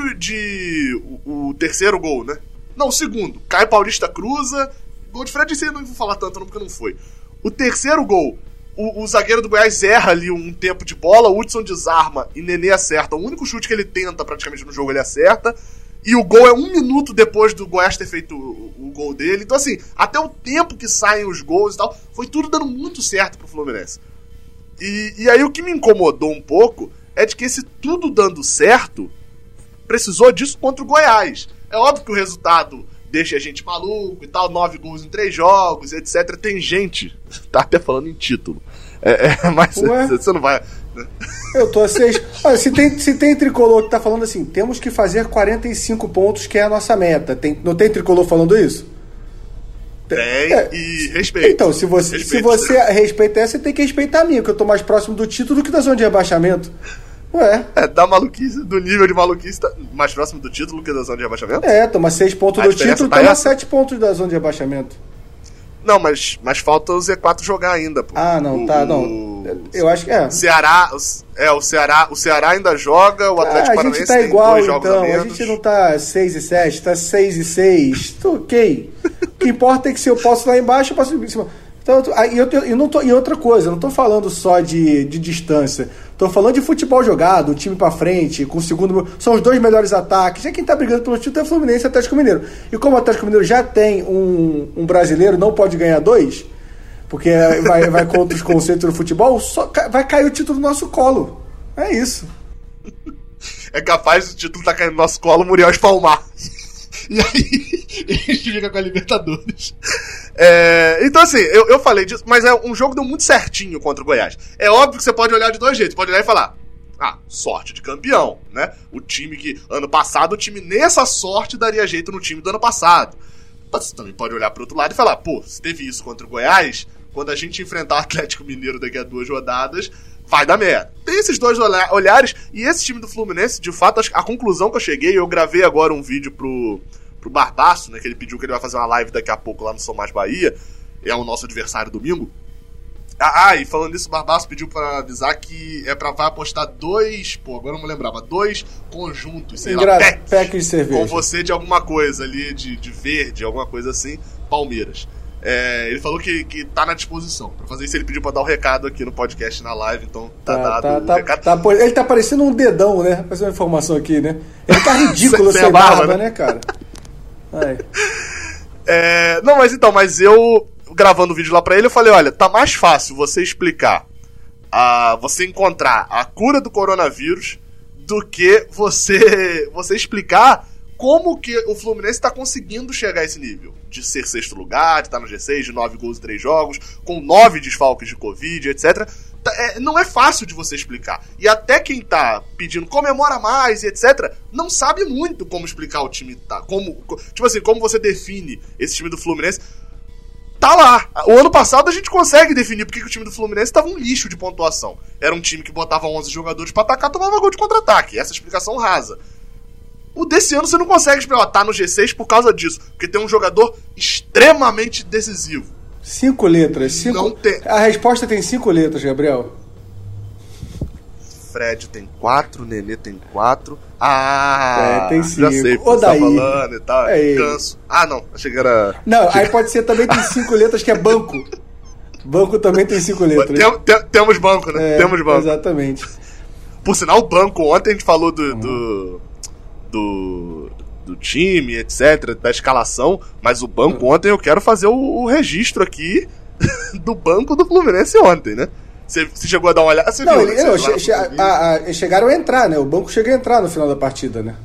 o terceiro gol, né? Não, o segundo. Caio Paulista cruza, gol de Fred, eu não vou falar tanto não, porque não foi. O terceiro gol, o zagueiro do Goiás erra ali um tempo de bola, o Hudson desarma e Nenê acerta. O único chute que ele tenta praticamente no jogo ele acerta. E o gol é 1 minuto depois do Goiás ter feito o gol dele. Então assim, até o tempo que saem os gols e tal, foi tudo dando muito certo pro Fluminense. E aí o que me incomodou um pouco é de que esse tudo dando certo precisou disso contra o Goiás. É óbvio que o resultado deixa a gente maluco e tal, 9 gols em 3 jogos, etc. Tem gente, tá até falando em título, mas você não vai... Eu tô a 6. Se tem tricolor que tá falando assim, temos que fazer 45 pontos, que é a nossa meta. Não tem tricolor falando isso? Tem, e respeita. Então, se você respeita essa, você tem que respeitar a minha, porque eu tô mais próximo do título do que da zona de rebaixamento. Da maluquice, do nível de maluquice, tá mais próximo do título que da zona de rebaixamento? Toma 6 pontos do título, toma 7 pontos da zona de rebaixamento. Não, mas falta o Z4 jogar ainda, pô. Não. Eu acho que é. O Ceará ainda joga, o Atlético Paranaense tá igual, tem 2 jogos a menos. A gente não tá 6-7, tá 6-6. Tô ok. O que importa é que se eu posso lá embaixo, eu posso ir em cima. Então, e outra coisa, eu não tô falando só de distância. Tô falando de futebol jogado, o time pra frente, com o segundo... São os 2 melhores ataques. Já quem tá brigando pelo título é o Fluminense e o Atlético Mineiro. E como o Atlético Mineiro já tem um brasileiro, não pode ganhar 2, porque vai contra os conceitos do futebol, vai cair o título no nosso colo. É isso. É capaz do título tá caindo no nosso colo, o Muriel espalmar. E aí, a gente fica com a Libertadores. Então, assim, eu falei disso, mas um jogo deu muito certinho contra o Goiás. É óbvio que você pode olhar de dois jeitos. Pode olhar e falar, sorte de campeão, né? O time que, ano passado, o time nessa sorte daria jeito no time do ano passado. Mas você também pode olhar pro outro lado e falar, se teve isso contra o Goiás, quando a gente enfrentar o Atlético Mineiro daqui a 2 rodadas, vai dar merda. Tem esses dois olhares, e esse time do Fluminense, de fato, a conclusão que eu cheguei, eu gravei agora um vídeo pro Barbaço, né, que ele pediu que ele vai fazer uma live daqui a pouco lá no Sou Mais Bahia, é o nosso adversário domingo. E falando nisso, o Barbaço pediu pra avisar que vai apostar 2, agora eu não me lembrava, 2 conjuntos, sei lá, pack de cerveja. Com você de alguma coisa ali, de verde, alguma coisa assim, Palmeiras. Ele falou que tá na disposição pra fazer isso. Ele pediu pra dar o recado aqui no podcast, na live. Então tá dado o recado. Ele tá parecendo um dedão, né? Fazer uma informação aqui, né? Ele tá ridículo sem barba, né, cara? Não, mas eu gravando o vídeo lá pra ele, eu falei, olha, tá mais fácil você explicar, você encontrar a cura do coronavírus do que você explicar como que o Fluminense tá conseguindo chegar a esse nível. De ser 6º lugar, de estar no G6, de 9 gols em 3 jogos, com 9 desfalques de Covid, etc. Não é fácil de você explicar. E até quem tá pedindo comemora mais e etc, não sabe muito como explicar o time tá. Como você define esse time do Fluminense. Tá lá. O ano passado a gente consegue definir porque o time do Fluminense tava um lixo de pontuação. Era um time que botava 11 jogadores pra atacar, tomava gol de contra-ataque. Essa explicação rasa. O desse ano você não consegue explicar, tá no G6 por causa disso. Porque tem um jogador extremamente decisivo. 5 letras. A resposta tem 5 letras, Gabriel. Fred tem 4, Nenê tem 4. Tem 5. Já sei, porque você tá falando e tal. Canso. Não, achei que era... Não, aí pode ser também tem 5 letras, que é banco. Banco também tem 5 letras. Temos banco, né? Temos banco. Exatamente. Por sinal, o banco, ontem a gente falou do time, etc, da escalação, mas o banco ontem eu quero fazer o registro aqui do banco do Fluminense ontem, né? Você chegou a dar uma olhada? Chegaram a entrar, né? O banco chegou a entrar no final da partida, né?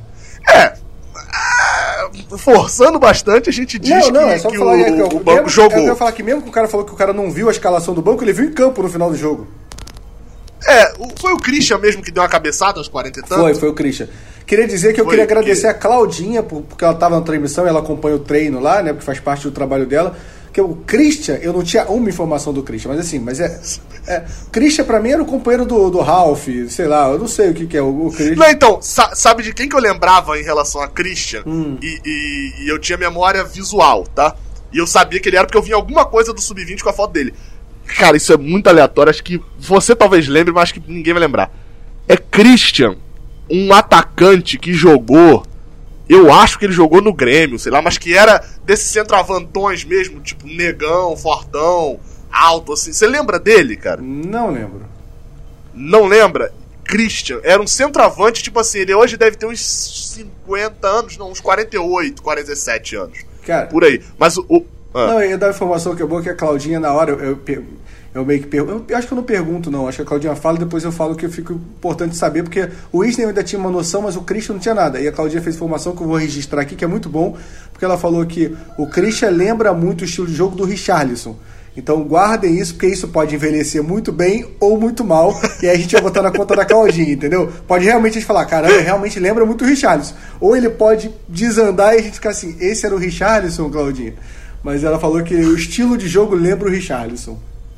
Forçando bastante, a gente diz que o banco jogou. Eu ia falar que mesmo que o cara falou que o cara não viu a escalação do banco, ele viu em campo no final do jogo. Foi o Christian mesmo que deu uma cabeçada aos 40 e tantos? Foi o Christian. Queria dizer que eu queria agradecer a Claudinha, porque ela estava na transmissão, ela acompanha o treino lá, né, porque faz parte do trabalho dela. Que o Christian, eu não tinha uma informação do Christian, Christian pra mim era o companheiro do Ralph, sei lá, eu não sei o que é o Christian. Não, então, sabe de quem que eu lembrava em relação a Christian? E eu tinha memória visual, tá? E eu sabia que ele era porque eu vi alguma coisa do Sub-20 com a foto dele. Cara, isso é muito aleatório, acho que você talvez lembre, mas acho que ninguém vai lembrar. É Christian, um atacante que jogou, eu acho que ele jogou no Grêmio, sei lá, mas que era desses centroavantões mesmo, tipo negão, fortão, alto, assim. Você lembra dele, cara? Não lembro. Não lembra? Christian, era um centroavante, tipo assim, ele hoje deve ter uns 50 anos, não, uns 48, 47 anos. Cara, por aí. Mas Não, eu ia dar uma informação que é boa, que a Claudinha, na hora, eu meio que pergunto. Eu acho que eu não pergunto, não. Acho que a Claudinha fala e depois eu falo que fica importante saber, porque o Isner ainda tinha uma noção, mas o Christian não tinha nada. E a Claudinha fez informação que eu vou registrar aqui, que é muito bom, porque ela falou que o Christian lembra muito o estilo de jogo do Richarlison. Então guardem isso, porque isso pode envelhecer muito bem ou muito mal, e aí a gente vai botar na conta da Claudinha, entendeu? Pode realmente a gente falar, caramba, realmente lembra muito o Richarlison. Ou ele pode desandar e a gente ficar assim, esse era o Richarlison, Claudinha? Mas ela falou que o estilo de jogo lembra o Richarlison.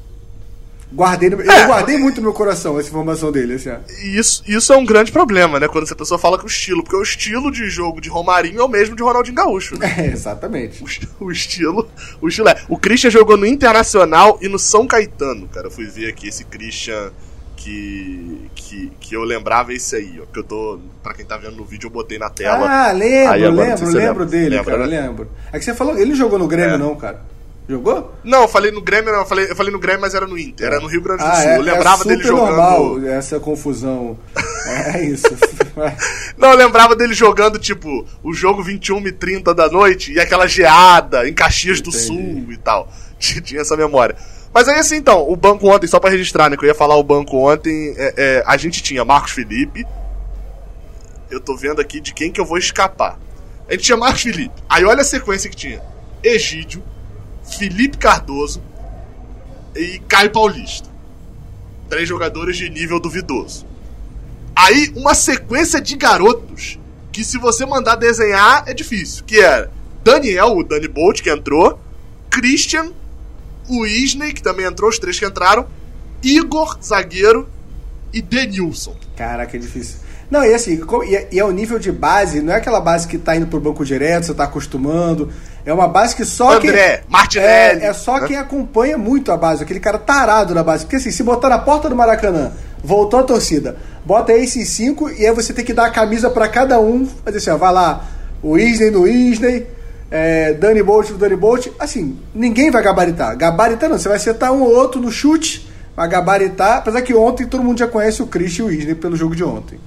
Eu guardei muito no meu coração essa informação dele. Assim, Isso é um grande problema, né? Quando essa pessoa fala que o estilo, porque o estilo de jogo de Romarinho é o mesmo de Ronaldinho Gaúcho. Né? Exatamente. O estilo é. O Christian jogou no Internacional e no São Caetano, cara. Eu fui ver aqui esse Christian que eu lembrava esse aí, ó. Que eu tô. Pra quem tá vendo no víeo, eu botei na tela. Lembro dele, cara. Né? Lembro. É que você falou, ele não jogou no Grêmio, não, cara. Jogou? Não, eu falei no Grêmio, não. Eu falei no Grêmio, mas era no Inter. Era no Rio Grande do Sul. Eu lembrava dele jogando. Normal essa confusão. É isso. Não, eu lembrava dele jogando, tipo, o jogo 21h30 da noite e aquela geada em Caxias do Sul e tal. Tinha essa memória. Mas aí assim, então, o banco ontem, só pra registrar, né, que eu ia falar o banco ontem, a gente tinha Marcos Felipe. Eu tô vendo aqui de quem que eu vou escapar. A gente tinha Marcos Felipe. Aí olha a sequência que tinha. Egídio, Felipe Cardoso e Caio Paulista. 3 jogadores de nível duvidoso. Aí, uma sequência de garotos que, se você mandar desenhar, é difícil. Que era Daniel, o Danny Bolt, que entrou, Christian, o Weasley, que também entrou, os 3 que entraram, Igor, zagueiro, e Denilson. Caraca, é difícil. Não, e assim, e é o nível de base, não é aquela base que tá indo pro banco direto, você tá acostumando. É uma base que só André, Martinelli. É só quem acompanha muito a base, aquele cara tarado na base. Porque assim, se botar na porta do Maracanã, voltou a torcida, bota esses 5 e aí você tem que dar a camisa pra cada um. Fazer assim, ó, vai lá, o Weasley no Weasley, Danny Bolt no Danny Bolt. Assim, ninguém vai gabaritar. Gabaritar não, você vai acertar um ou outro no chute, vai gabaritar. Apesar que ontem todo mundo já conhece o Christian e o Weasley pelo jogo de ontem.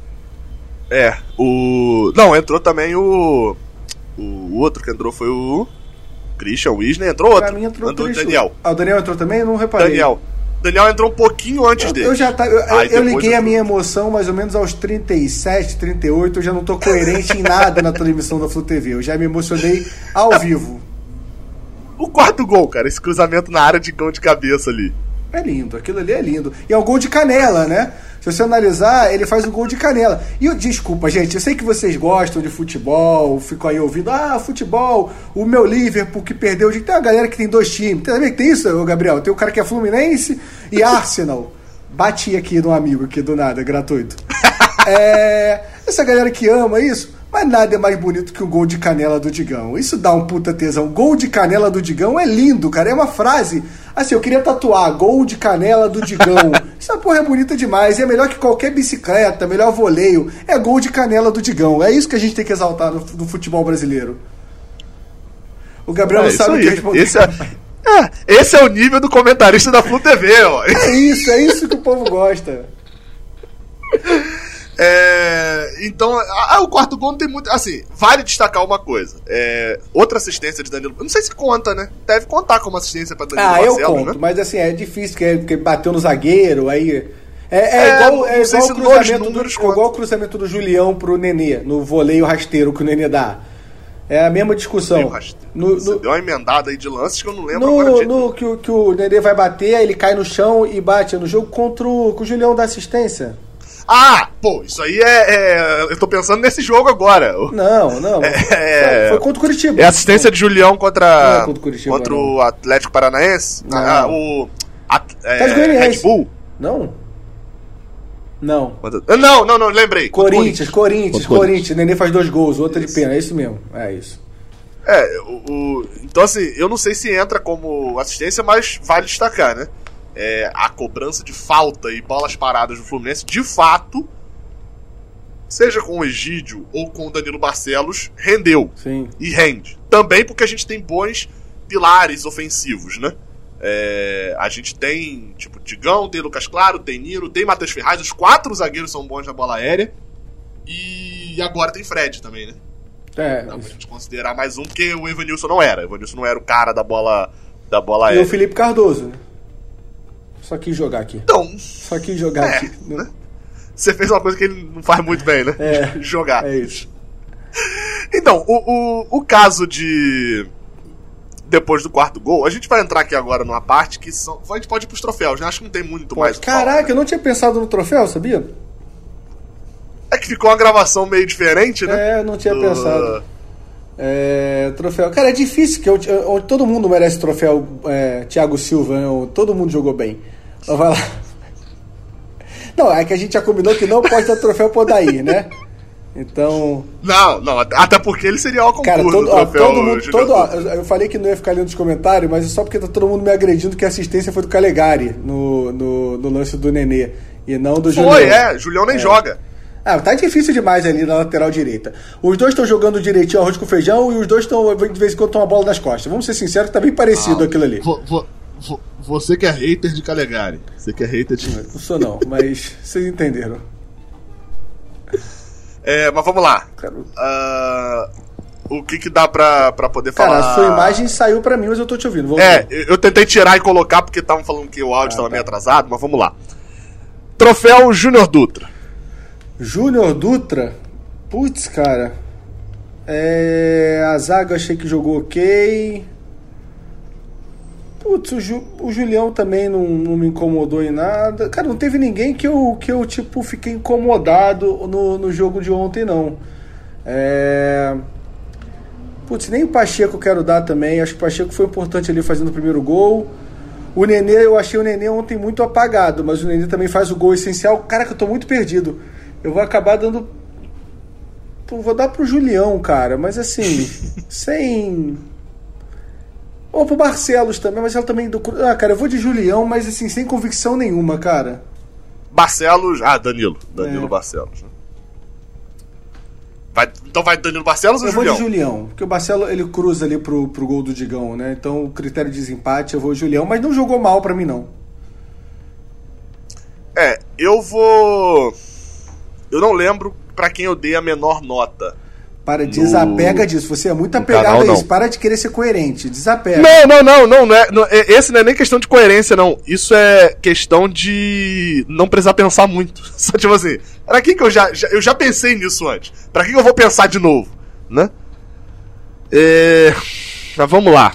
Não, entrou também o outro que entrou foi o Christian, o Weasley, entrou outro. Pra mim entrou o Daniel. O Daniel entrou também? Eu não reparei. Daniel entrou um pouquinho antes dele. Eu liguei a minha emoção mais ou menos aos 37, 38. Eu já não tô coerente em nada na transmissão da Flu TV. Eu já me emocionei ao vivo. O quarto gol, cara, esse cruzamento na área de gol de cabeça ali. É lindo, aquilo ali é lindo. E é um gol de canela, né? Se você analisar, ele faz um gol de canela. E desculpa, gente, eu sei que vocês gostam de futebol, ficam aí ouvindo, futebol, o meu Liverpool que perdeu. Tem uma galera que tem 2 times. Tem isso, Gabriel? Tem o cara que é Fluminense e Arsenal. Bati aqui no amigo, aqui do nada, gratuito. Essa galera que ama isso, mas nada é mais bonito que um gol de canela do Digão. Isso dá um puta tesão. Gol de canela do Digão é lindo, cara. É uma frase... Assim, eu queria tatuar gol de canela do Digão. Essa porra é bonita demais. É melhor que qualquer bicicleta, melhor voleio. É gol de canela do Digão. É isso que a gente tem que exaltar no futebol brasileiro. O Gabriel não sabe o que responder. Esse é o nível do comentarista da Flu TV, ó. É isso que o povo gosta. Então, o quarto gol não tem muito. Assim, vale destacar uma coisa. Outra assistência de Danilo. Eu não sei se conta, né? Deve contar como assistência pra Danilo Barcelos, eu conto, né? Mas assim, é difícil, porque bateu no zagueiro, aí. Igual o cruzamento do Julião pro Nenê, no voleio rasteiro que o Nenê dá. É a mesma discussão. Você deu uma emendada aí de lances que eu não lembro agora. Que o Nenê vai bater, aí ele cai no chão e bate no jogo contra o Julião da assistência. Isso aí eu tô pensando nesse jogo agora. Não. Foi contra o Curitiba. É assistência de Julião contra o Atlético Paranaense? O Red Bull? Não, lembrei. Corinthians. Nenê faz 2 gols, outro de pena, é isso mesmo. É isso. Então, assim, eu não sei se entra como assistência, mas vale destacar, né? A cobrança de falta e bolas paradas do Fluminense, de fato, seja com o Egídio ou com o Danilo Barcelos, rendeu. Sim. E rende. Também porque a gente tem bons pilares ofensivos, né? A gente tem, Digão, tem Lucas Claro, tem Niro, tem Matheus Ferraz, os 4 zagueiros são bons na bola aérea. E agora tem Fred também, né? Dá pra gente considerar mais um, porque o Evanilson não era. O Evanilson não era o cara da bola aérea. E o Felipe Cardoso, né? Só quis jogar aqui. Aqui. Né? Você fez uma coisa que ele não faz muito bem, né? Jogar. É isso. Então, o caso de... Depois do quarto gol, a gente vai entrar aqui agora numa parte que a gente pode ir pros troféus, né? Acho que não tem muito mais. Caraca, eu não tinha pensado no troféu, sabia? É que ficou uma gravação meio diferente, né? Eu não tinha pensado. Troféu. Cara, é difícil, que onde todo mundo merece troféu. Thiago Silva, né? Todo mundo jogou bem. Então vai lá. Não, é que a gente já combinou que não pode dar troféu pro Odair, né? Então... Não, até porque ele seria o concurso. Cara, do troféu todo mundo... eu falei que não ia ficar lendo os comentários, mas é só porque tá todo mundo me agredindo que a assistência foi do Calegari no lance do Nenê. E não do Julião. Julião nem joga. Tá difícil demais ali na lateral direita. Os dois estão jogando direitinho arroz com feijão e os dois estão, de vez em quando, tomam a bola nas costas. Vamos ser sinceros que tá bem parecido aquilo ali. Você que é hater de Calegari. Você que é hater de... Não sou não, mas vocês entenderam. Mas vamos lá. O que dá pra poder falar? Cara, a sua imagem saiu pra mim, mas eu tô te ouvindo. Eu tentei tirar e colocar porque estavam falando que o áudio tava meio atrasado, mas vamos lá. Troféu Júnior Dutra. Júnior Dutra? Putz, cara. A zaga achei que jogou ok. Putz, o Julião também não me incomodou em nada. Cara, não teve ninguém que eu tipo, fiquei incomodado no jogo de ontem, não. Putz, nem o Pacheco eu quero dar também. Acho que o Pacheco foi importante ali fazendo o primeiro gol. O Nenê, eu achei o Nenê ontem muito apagado, mas o Nenê também faz o gol essencial. Cara, que eu tô muito perdido. Eu vou acabar dando... Vou dar pro Julião, cara, mas assim, sem... Ou pro Barcelos também, mas ela também... cara, eu vou de Julião, mas assim, sem convicção nenhuma, cara. Barcelos... Danilo Barcelos, né? Então vai Danilo Barcelos ou Julião? Eu vou de Julião, porque o Barcelos ele cruza ali pro gol do Digão, né? Então o critério de desempate eu vou de Julião, mas não jogou mal pra mim, não. Eu não lembro pra quem eu dei a menor nota. Desapega disso, você é muito apegado a isso, para de querer ser coerente, desapega. Não é, esse não é nem questão de coerência, não. Isso é questão de não precisar pensar muito. Só tipo assim, pra que eu já pensei nisso antes? Pra que eu vou pensar de novo, né? Mas vamos lá.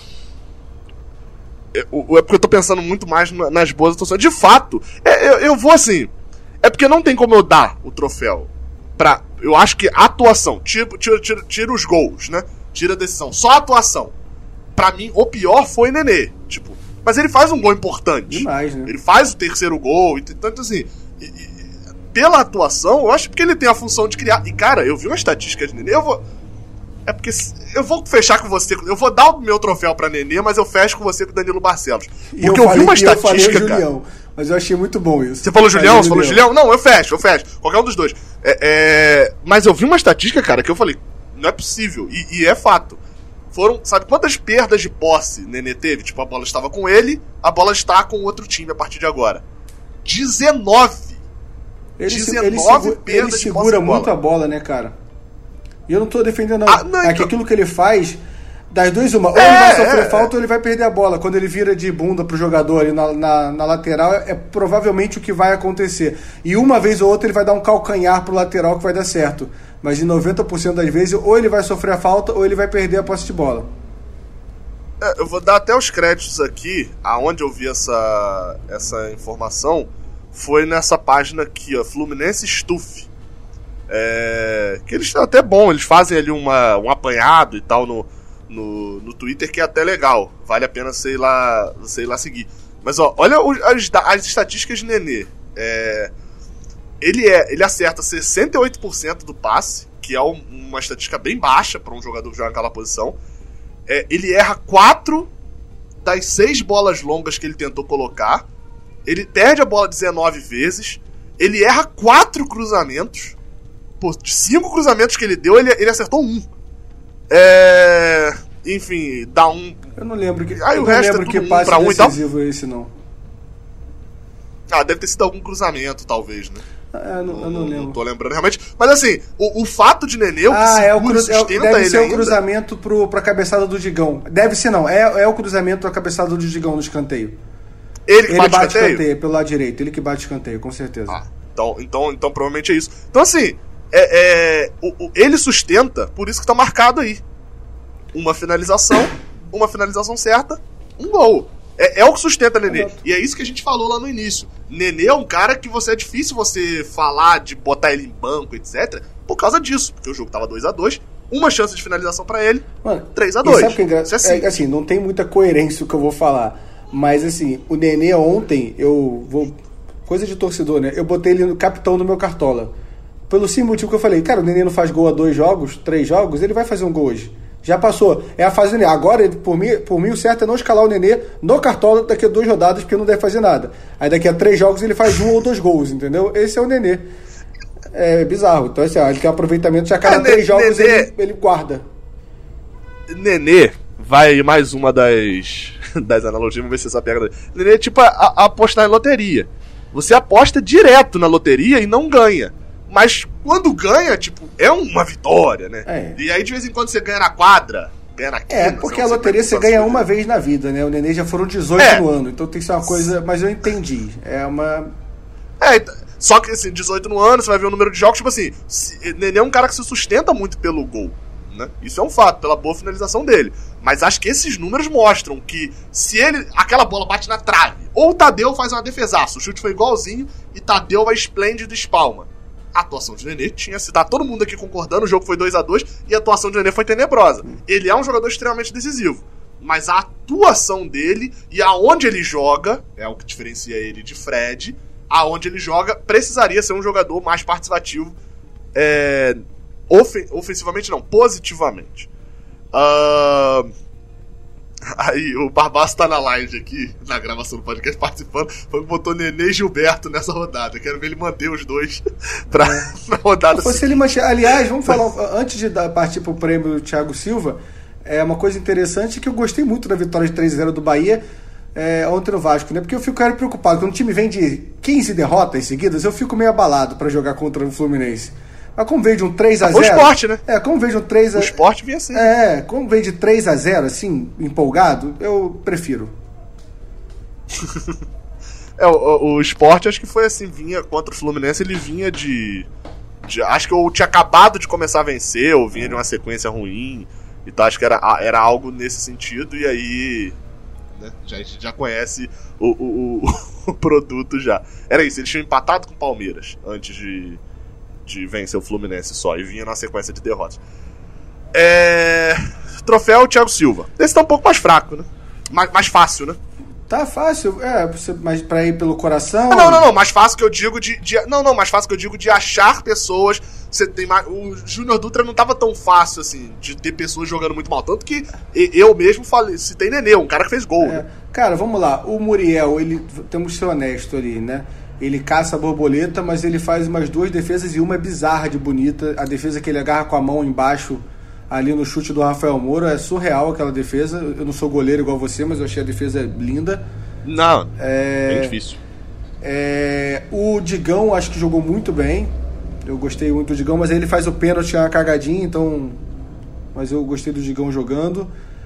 É porque eu tô pensando muito mais nas boas atuações. De fato, eu vou assim. É porque não tem como eu dar o troféu eu acho que a atuação, tira os gols, né? Tira a decisão. Só a atuação. Pra mim, o pior foi o Nenê. Tipo, mas ele faz um gol importante. Demais, né? Ele faz o terceiro gol. E tanto assim, pela atuação, eu acho que ele tem a função de criar. E cara, eu vi uma estatística de Nenê, é porque eu vou fechar com você. Eu vou dar o meu troféu pra Nenê, mas eu fecho com você com o Danilo Barcelos. Porque eu vi uma estatística, cara. Julião, mas eu achei muito bom isso. Você falou Julião? Você falou Julião? Não, eu fecho. Qualquer um dos dois. Mas eu vi uma estatística, cara, que eu falei, não é possível. E é fato. Foram, sabe quantas perdas de posse Nenê teve? Tipo, a bola estava com ele, a bola está com outro time a partir de agora. 19! Ele segura muito a bola, né, cara? E eu não tô defendendo, não. É que aquilo que ele faz, das duas, uma. Ou ele vai sofrer falta ou ele vai perder a bola. Quando ele vira de bunda pro jogador ali na lateral, é provavelmente o que vai acontecer. E uma vez ou outra ele vai dar um calcanhar pro lateral que vai dar certo. Mas em 90% das vezes, ou ele vai sofrer a falta ou ele vai perder a posse de bola. Eu vou dar até os créditos aqui, aonde eu vi essa informação, foi nessa página aqui, ó, Fluminense Stuff. Que eles estão até bom, eles fazem ali um apanhado e tal no Twitter, que é até legal, vale a pena sei lá seguir. Mas ó, olha as estatísticas de Nenê. Ele acerta 68% do passe, que é uma estatística bem baixa para um jogador que joga naquela posição. Ele erra 4 das 6 bolas longas que ele tentou colocar. Ele perde a bola 19 vezes. Ele erra 4 cruzamentos. Pô, de 5 cruzamentos que ele deu, ele acertou 1. Enfim, dá um... Eu não lembro que... Aí o resto é tudo passe pra 1 decisivo é esse, não. Deve ter sido algum cruzamento, talvez, né? Eu não lembro. Não tô lembrando realmente. Mas assim, o fato de Nenê, deve ser o cruzamento pra cabeçada do Digão. Deve ser, não. É o cruzamento pra cabeçada do Digão no escanteio. Ele que bate escanteio? Pelo lado direito. Ele que bate escanteio, com certeza. Então provavelmente é isso. Então assim, ele sustenta, por isso que tá marcado aí. Uma finalização certa, um gol. É o que sustenta Nenê. E é isso que a gente falou lá no início. Nenê é um cara que é difícil você falar de botar ele em banco, etc. Por causa disso. Porque o jogo tava 2-2. Uma chance de finalização pra ele. 3-2. Sabe o que é engraçado? Assim, não tem muita coerência o que eu vou falar. Mas assim, o Nenê ontem, coisa de torcedor, né? Eu botei ele no capitão do meu cartola. Pelo simples motivo que eu falei, cara, o Nenê não faz gol há 2 jogos, 3 jogos, ele vai fazer um gol hoje. Já passou. É a fase do Nenê. Agora, por mim, o certo é não escalar o Nenê no cartola daqui a 2 rodadas, porque não deve fazer nada. Aí daqui a 3 jogos ele faz 1 ou 2 gols, entendeu? Esse é o Nenê. É bizarro. Então, assim, ele tem um aproveitamento de a cada 3 jogos ele guarda. Nenê vai mais uma das analogias, vamos ver se essa pega. Nenê é tipo apostar em loteria. Você aposta direto na loteria e não ganha. Mas quando ganha, tipo, é uma vitória, né? E aí de vez em quando você ganha na quadra, ganha na quina. Porque a loteria você ganha uma vez na vida, né? O Nenê já foram 18 no ano, então tem que ser uma coisa... Mas eu entendi. Só que assim, 18 no ano, você vai ver o número de jogos, tipo assim, Nenê é um cara que se sustenta muito pelo gol, né? Isso é um fato, pela boa finalização dele. Mas acho que esses números mostram que se aquela bola bate na trave, ou o Tadeu faz uma defesaça, o chute foi igualzinho e Tadeu vai esplêndido e espalma. A atuação de Nenê tinha se tá todo mundo aqui concordando, o jogo foi 2-2 e a atuação de Nenê foi tenebrosa. Ele é um jogador extremamente decisivo, mas a atuação dele e aonde ele joga, é o que diferencia ele de Fred, aonde ele joga precisaria ser um jogador mais participativo, ofensivamente não, positivamente. Aí o Barbaço tá na live aqui, na gravação do podcast, participando, foi que botou Nenê e Gilberto nessa rodada. Quero ver ele manter os dois na rodada seguinte. Aliás, vamos falar, antes de partir pro prêmio do Thiago Silva, uma coisa interessante que eu gostei muito da vitória de 3-0 do Bahia ontem no Vasco, né? Porque eu fico preocupado, quando o time vem de 15 derrotas seguidas, eu fico meio abalado pra jogar contra o Fluminense. Mas como veio de um 3-0... O Sport, né? Como veio de um 3-0... O Sport vinha assim. Como veio de 3-0, assim, empolgado, eu prefiro. O Sport acho que foi assim, vinha contra o Fluminense, ele vinha de acho que eu tinha acabado de começar a vencer, ou vinha de uma sequência ruim, então acho que era algo nesse sentido, e aí... Né, a gente já conhece o produto já. Era isso, eles tinham empatado com o Palmeiras antes de vencer o Fluminense só, e vinha na sequência de derrotas. Troféu Thiago Silva. Esse tá um pouco mais fraco, né? Mais fácil, né? Tá fácil, mas pra ir pelo coração... Não, mais fácil que eu digo mais fácil que eu digo de achar pessoas. Você tem mais, o Júnior Dutra não tava tão fácil, assim, de ter pessoas jogando muito mal. Tanto que eu mesmo citei Nenê, um cara que fez gol. Né? Cara, vamos lá. O Muriel, temos que ser honesto ali, né? Ele caça a borboleta, mas ele faz umas 2 defesas e uma é bizarra de bonita. A defesa que ele agarra com a mão embaixo, ali no chute do Rafael Moura, é surreal aquela defesa. Eu não sou goleiro igual você, mas eu achei a defesa linda. Não, bem difícil. O Digão, acho que jogou muito bem. Eu gostei muito do Digão, mas aí ele faz o pênalti, uma cagadinha, então... Mas eu gostei do Digão jogando.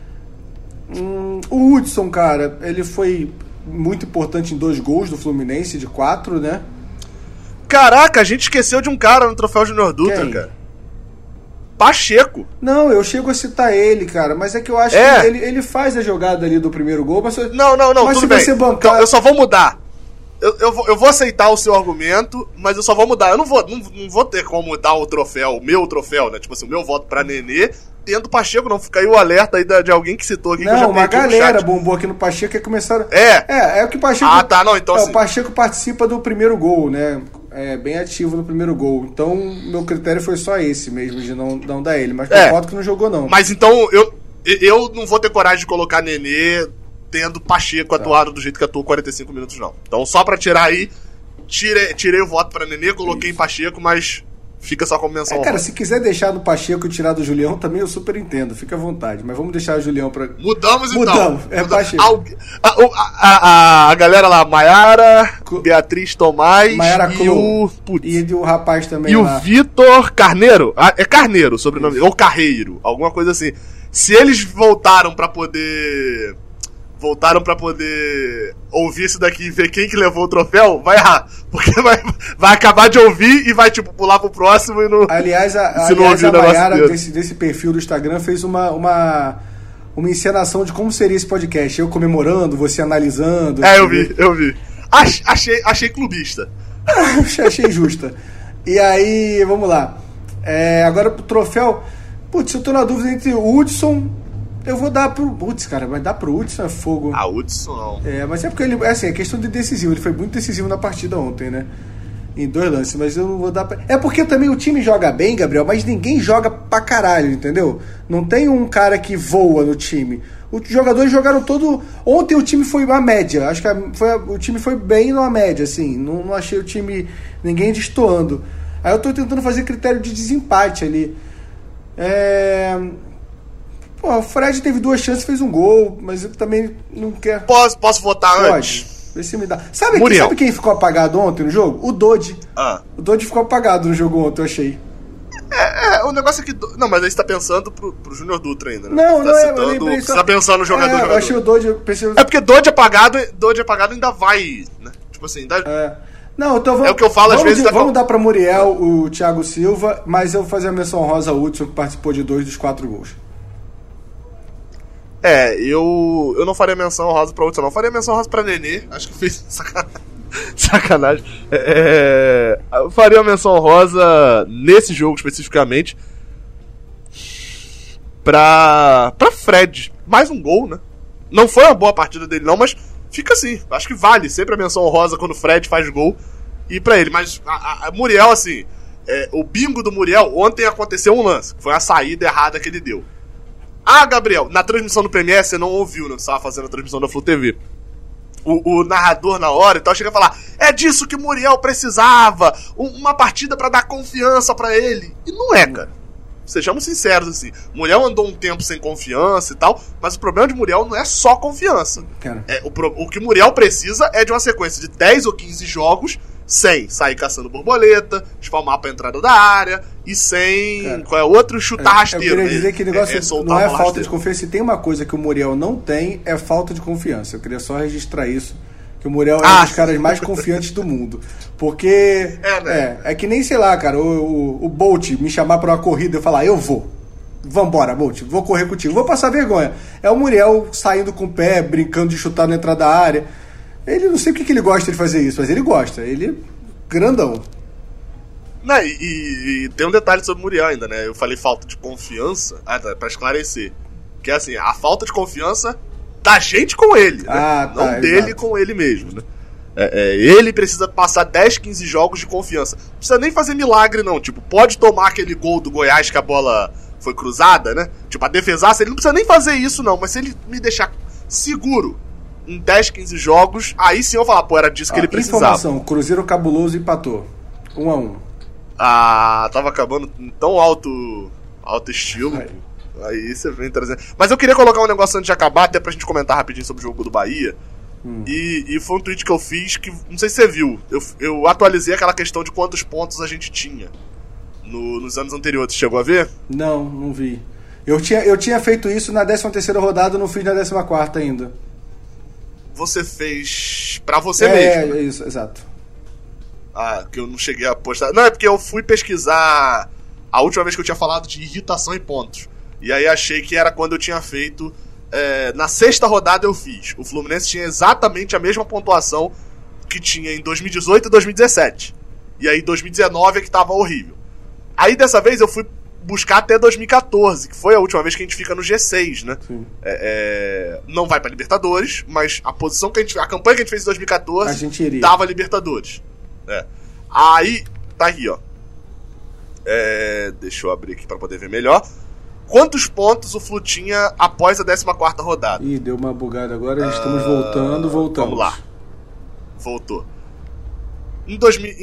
O Hudson, cara, ele foi... muito importante em 2 gols do Fluminense, de 4, né? Caraca, a gente esqueceu de um cara no troféu Júnior Dutra, Quem? cara. Pacheco. Não, eu chego a citar ele, cara, mas é que eu acho que ele faz a jogada ali do primeiro gol, mas... Não, mas tudo bem. Bancar... Então, eu só vou mudar. Eu vou aceitar o seu argumento, mas eu só vou mudar. Eu não vou ter como dar o troféu, o meu troféu, né? Tipo assim, o meu voto pra Nenê, tendo Pacheco, não. Fica aí o alerta aí de alguém que citou aqui. Não, que eu já uma galera bombou aqui no Pacheco que começaram... É que o Pacheco... tá, não, então assim... O Pacheco participa do primeiro gol, né? É bem ativo no primeiro gol. Então, meu critério foi só esse mesmo, de não dar ele. Mas concordo que não jogou, não. Mas então, eu não vou ter coragem de colocar Nenê tendo Pacheco atuado do jeito que atuou 45 minutos, não. Então, só pra tirar aí, tirei o voto pra Nenê, coloquei em Pacheco, mas fica só como menção. Cara, se quiser deixar do Pacheco e tirar do Julião, também eu super entendo, fica à vontade. Mas vamos deixar o Julião pra... Mudamos. Pacheco. A galera lá, Maiara, Beatriz Tomás Maiara e o... E o rapaz também e lá. o Vitor Carneiro. É Carneiro o sobrenome, ou Carreiro, alguma coisa assim. Se eles voltaram pra poder ouvir isso daqui e ver quem que levou o troféu, vai errar. Porque vai acabar de ouvir e vai, tipo, pular pro próximo e não... Aliás, a Maiara, desse perfil do Instagram, fez uma encenação de como seria esse podcast. Eu comemorando, você analisando. Eu vi. Achei clubista. Achei justa. E aí, vamos lá. Agora pro troféu... Putz, eu tô na dúvida entre o Hudson... Eu vou dar pro... Putz, cara, mas dar pro Hudson é fogo. Hudson não. Mas é porque ele... Assim, é questão de decisivo. Ele foi muito decisivo na partida ontem, né? Em 2 lances, mas eu não vou dar pra... É porque também o time joga bem, Gabriel, mas ninguém joga pra caralho, entendeu? Não tem um cara que voa no time. Os jogadores jogaram todo... Ontem o time foi uma média. Acho que o time foi bem numa média, assim. Não achei o time... Ninguém destoando. Aí eu tô tentando fazer critério de desempate ali. O Fred teve 2 chances, fez um gol, mas eu também não quero... Posso votar antes? Pode. Vê se me dá. Sabe quem ficou apagado ontem no jogo? O Dodge. O Dodge ficou apagado no jogo ontem, eu achei. O negócio é que... Não, mas aí você tá pensando pro Júnior Dutra ainda, né? Não, Você tá pensando no jogador. Eu achei o Dodge... Eu pensei... É porque Dodge apagado ainda vai, né? Tipo assim, ainda... Não, então é o que eu falo às vezes. Vamos dar pra Muriel o Thiago Silva, mas eu vou fazer a menção honrosa ao Hudson, que participou de 2 dos 4 gols. Eu não faria menção honrosa pra Hudson, não. Eu faria menção honrosa pra Nenê. Acho que fez sacanagem. Eu faria uma menção honrosa nesse jogo especificamente pra Fred. Mais um gol, né? Não foi uma boa partida dele, não, mas fica assim. Acho que vale sempre a menção honrosa quando o Fred faz gol e pra ele. Mas a Muriel, assim, o bingo do Muriel, ontem aconteceu um lance. Foi a saída errada que ele deu. Gabriel, na transmissão do Premier, você não ouviu, né? Você estava fazendo a transmissão da Flu TV. O narrador na hora e tal chega a falar: é disso que o Muriel precisava, uma partida pra dar confiança pra ele. E não é, cara. Sejamos sinceros, assim. Muriel andou um tempo sem confiança e tal, mas o problema de Muriel não é só confiança. O que Muriel precisa é de uma sequência de 10 ou 15 jogos sem sair caçando borboleta, espalmar pra entrada da área e sem, cara, qual é o outro? Chutar rasteiro. Eu queria dizer que o negócio não é falta de confiança. Se tem uma coisa que o Muriel não tem, é falta de confiança. Eu queria só registrar isso, que o Muriel é um dos caras mais confiantes do mundo. Porque é que nem, sei lá, cara, o Bolt me chamar pra uma corrida e eu falar: eu vou. Vambora, Bolt, vou correr contigo. Vou passar vergonha. É o Muriel saindo com o pé, brincando de chutar na entrada da área. Ele, não sei porque que ele gosta de fazer isso, mas ele gosta. Ele é grandão. Não, e tem um detalhe sobre o Muriel ainda, né? Eu falei falta de confiança, pra esclarecer. Que é assim, a falta de confiança da gente com ele, né? Não dele com ele mesmo, né? Ele precisa passar 10, 15 jogos de confiança. Não precisa nem fazer milagre, não. Tipo, pode tomar aquele gol do Goiás que a bola foi cruzada, né? Tipo, a defesaça, ele não precisa nem fazer isso, não. Mas se ele me deixar seguro em 10, 15 jogos, aí sim eu vou falar: pô, era disso que ele precisava. Informação: Cruzeiro Cabuloso empatou 1-1. Tava acabando em tão alto estilo. Aí você vem trazendo. Mas eu queria colocar um negócio antes de acabar, até pra gente comentar rapidinho sobre o jogo do Bahia. E foi um tweet que eu fiz que, não sei se você viu, eu atualizei aquela questão de quantos pontos a gente tinha nos anos anteriores. Você chegou a ver? Não vi. Eu tinha feito isso na 13ª rodada, não fiz na 14ª ainda. Você fez pra você mesmo? É isso, exato. Que eu não cheguei a postar. Não, é porque eu fui pesquisar a última vez que eu tinha falado de irritação em pontos. E aí achei que era quando eu tinha feito. Na 6ª rodada eu fiz. O Fluminense tinha exatamente a mesma pontuação que tinha em 2018 e 2017. E aí 2019 é que tava horrível. Aí dessa vez eu fui buscar até 2014, que foi a última vez que a gente fica no G6, né? Não vai pra Libertadores, mas a campanha que a gente fez em 2014 a gente iria. Dava Libertadores. Aí, tá aí, ó. Deixa eu abrir aqui pra poder ver melhor. Quantos pontos o Flu tinha após a 14ª rodada? Ih, deu uma bugada agora, estamos voltando. Vamos lá. Voltou. Em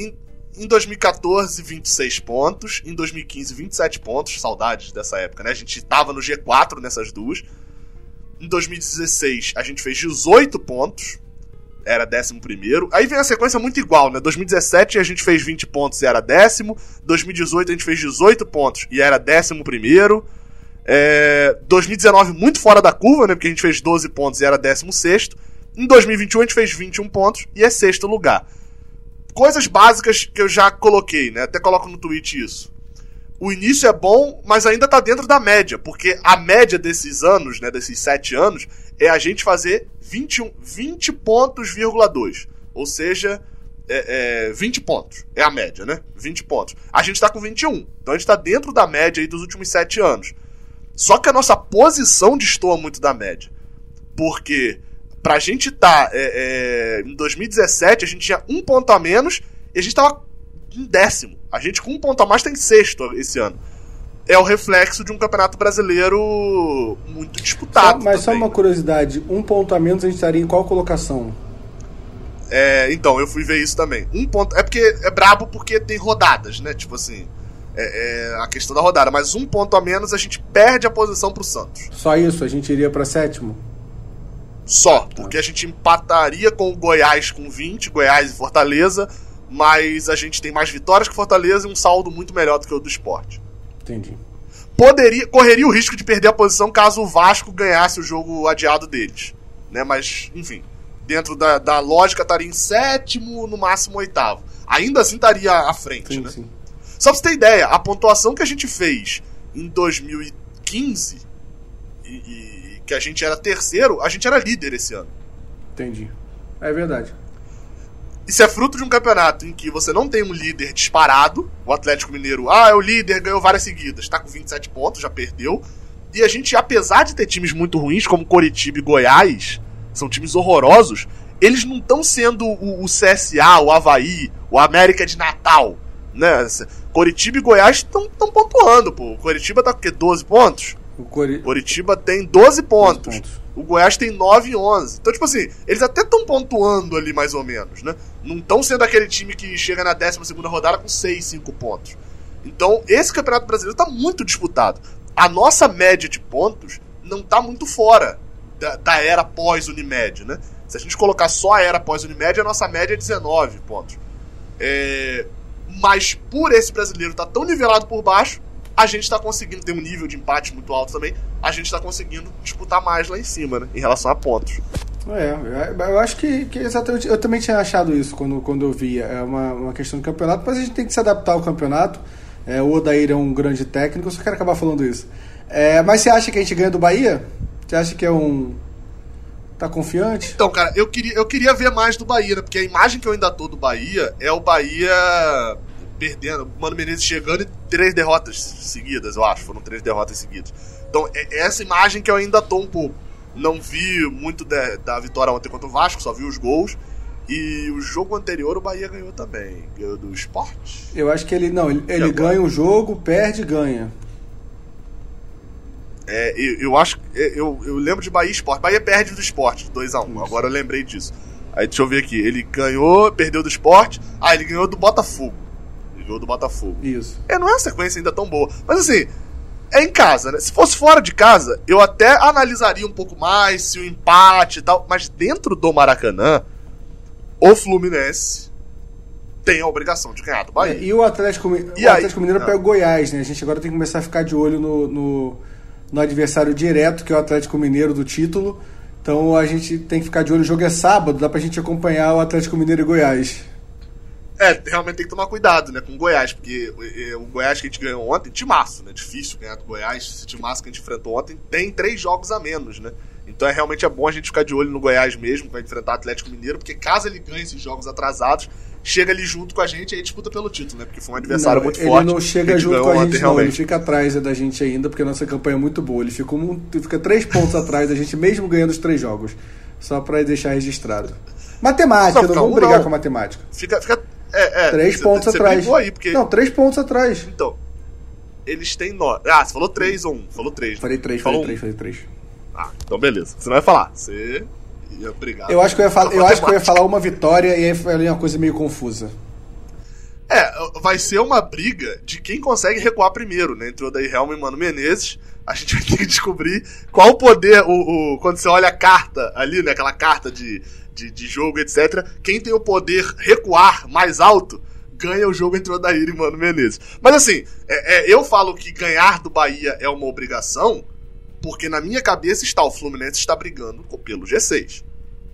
2014, 26 pontos. Em 2015, 27 pontos. Saudades dessa época, né? A gente tava no G4 nessas duas. Em 2016, a gente fez 18 pontos. Era 11º. Aí vem a sequência muito igual, né? 2017 a gente fez 20 pontos e era 10º. 2018 a gente fez 18 pontos e era 11º. 2019 muito fora da curva, né? Porque a gente fez 12 pontos e era 16º. Em 2021 a gente fez 21 pontos e é 6º lugar. Coisas básicas que eu já coloquei, né? Até coloco no tweet isso. O início é bom, mas ainda tá dentro da média, porque a média desses anos, né, desses 7 anos, é a gente fazer 20 pontos,2. Ou seja, 20 pontos. É a média, né? 20 pontos. A gente tá com 21. Então a gente tá dentro da média aí dos últimos 7 anos. Só que a nossa posição destoa muito da média. Porque pra gente em 2017, a gente tinha 1 ponto a menos e a gente tava em 10º. A gente com 1 ponto a mais tá em 6º esse ano. É o reflexo de um campeonato brasileiro muito disputado. Mas também, só uma curiosidade, 1 ponto a menos a gente estaria em qual colocação? Então, eu fui ver isso também. 1 ponto. É porque é brabo porque tem rodadas, né? Tipo assim, a questão da rodada. Mas 1 ponto a menos a gente perde a posição pro Santos. Só isso? A gente iria pra 7º? Só, porque a gente empataria com o Goiás com 20, Goiás e Fortaleza, mas a gente tem mais vitórias que Fortaleza e um saldo muito melhor do que o do Sport. Entendi. Correria o risco de perder a posição caso o Vasco ganhasse o jogo adiado deles, né? Mas, enfim, dentro da lógica, estaria em sétimo, no máximo oitavo. Ainda assim estaria à frente, né? Sim. Só pra você ter ideia, a pontuação que a gente fez em 2015, e que a gente era terceiro, a gente era líder esse ano. Entendi. É verdade. Isso é fruto de um campeonato em que você não tem um líder disparado. O Atlético Mineiro, é o líder, ganhou várias seguidas, tá com 27 pontos, já perdeu. E a gente, apesar de ter times muito ruins, como Coritiba e Goiás, são times horrorosos, eles não estão sendo o CSA, o Avaí, o América de Natal, né? Coritiba e Goiás estão pontuando, pô. O Coritiba tá com o quê? 12 pontos? Coritiba tem 12 pontos. O Goiás tem 9 e 11. Então, tipo assim, eles até estão pontuando ali mais ou menos, né? Não estão sendo aquele time que chega na 12ª rodada com 6, 5 pontos. Então, esse Campeonato Brasileiro tá muito disputado. A nossa média de pontos não tá muito fora da era pós-Unimed, né? Se a gente colocar só a era pós-Unimed, a nossa média é 19 pontos. Mas por esse brasileiro tá tão nivelado por baixo, a gente tá conseguindo ter um nível de empate muito alto também, a gente tá conseguindo disputar mais lá em cima, né? Em relação a pontos. Eu acho que exatamente, eu também tinha achado isso quando eu via. É uma questão do campeonato, mas a gente tem que se adaptar ao campeonato. O Odair é um grande técnico, eu só quero acabar falando isso. Mas você acha que a gente ganha do Bahia? Você acha que tá confiante? Então, cara, eu queria ver mais do Bahia, né? Porque a imagem que eu ainda tô do Bahia é o Bahia perdendo, o Mano Menezes chegando e 3 derrotas seguidas, eu acho. Foram 3 derrotas seguidas. Então, é essa imagem que eu ainda tô um pouco. Não vi muito da vitória ontem contra o Vasco, só vi os gols. E o jogo anterior o Bahia ganhou também. Ganhou do Sport. Eu acho que ele ganha o jogo, perde e ganha. Eu acho. Eu lembro de Bahia e Sport. Bahia perde do Sport, 2-1. Agora eu lembrei disso. Aí deixa eu ver aqui. Ele ganhou, perdeu do Sport. Ele ganhou do Botafogo. Ele ganhou do Botafogo. Isso. Não é uma sequência ainda tão boa. Mas assim, é em casa, né? Se fosse fora de casa, eu até analisaria um pouco mais se o empate e tal. Mas dentro do Maracanã, o Fluminense tem a obrigação de ganhar do Bahia. E o Atlético Mineiro pega o Goiás, né? A gente agora tem que começar a ficar de olho no adversário direto, que é o Atlético Mineiro do título. Então a gente tem que ficar de olho. O jogo é sábado, dá pra gente acompanhar o Atlético Mineiro e Goiás. Realmente tem que tomar cuidado, né, com o Goiás, porque o Goiás que a gente ganhou ontem, timaço, né? Difícil ganhar do Goiás. Esse timaço que a gente enfrentou ontem tem 3 jogos a menos, né? Então realmente é bom a gente ficar de olho no Goiás mesmo, pra enfrentar o Atlético Mineiro, porque caso ele ganhe esses jogos atrasados, chega ali junto com a gente e aí disputa pelo título, né? Porque foi um adversário muito forte. Ele não chega junto com a gente, não. Ele fica atrás da gente ainda, porque a nossa campanha é muito boa. Ele fica 3 pontos atrás da gente, mesmo ganhando os 3 jogos. Só pra deixar registrado. Matemática, não vamos brigar com a matemática. Fica 3 pontos atrás. Aí, porque... Não, 3 pontos atrás. Então, eles têm 9. Você falou 3 ou 1? Falou 3. Falei 3. Então beleza. Você não vai falar. Você ia brigar. Eu acho que eu ia falar uma vitória e aí foi uma coisa meio confusa. Vai ser uma briga de quem consegue recuar primeiro, né? Entre o Odair Helma e Mano Menezes. A gente vai ter que descobrir qual o poder, quando você olha a carta ali, né? Aquela carta de jogo, etc. Quem tem o poder recuar mais alto ganha o jogo entre o Odair e Mano Menezes. Mas assim, eu falo que ganhar do Bahia é uma obrigação, porque na minha cabeça o Fluminense está brigando pelo G6.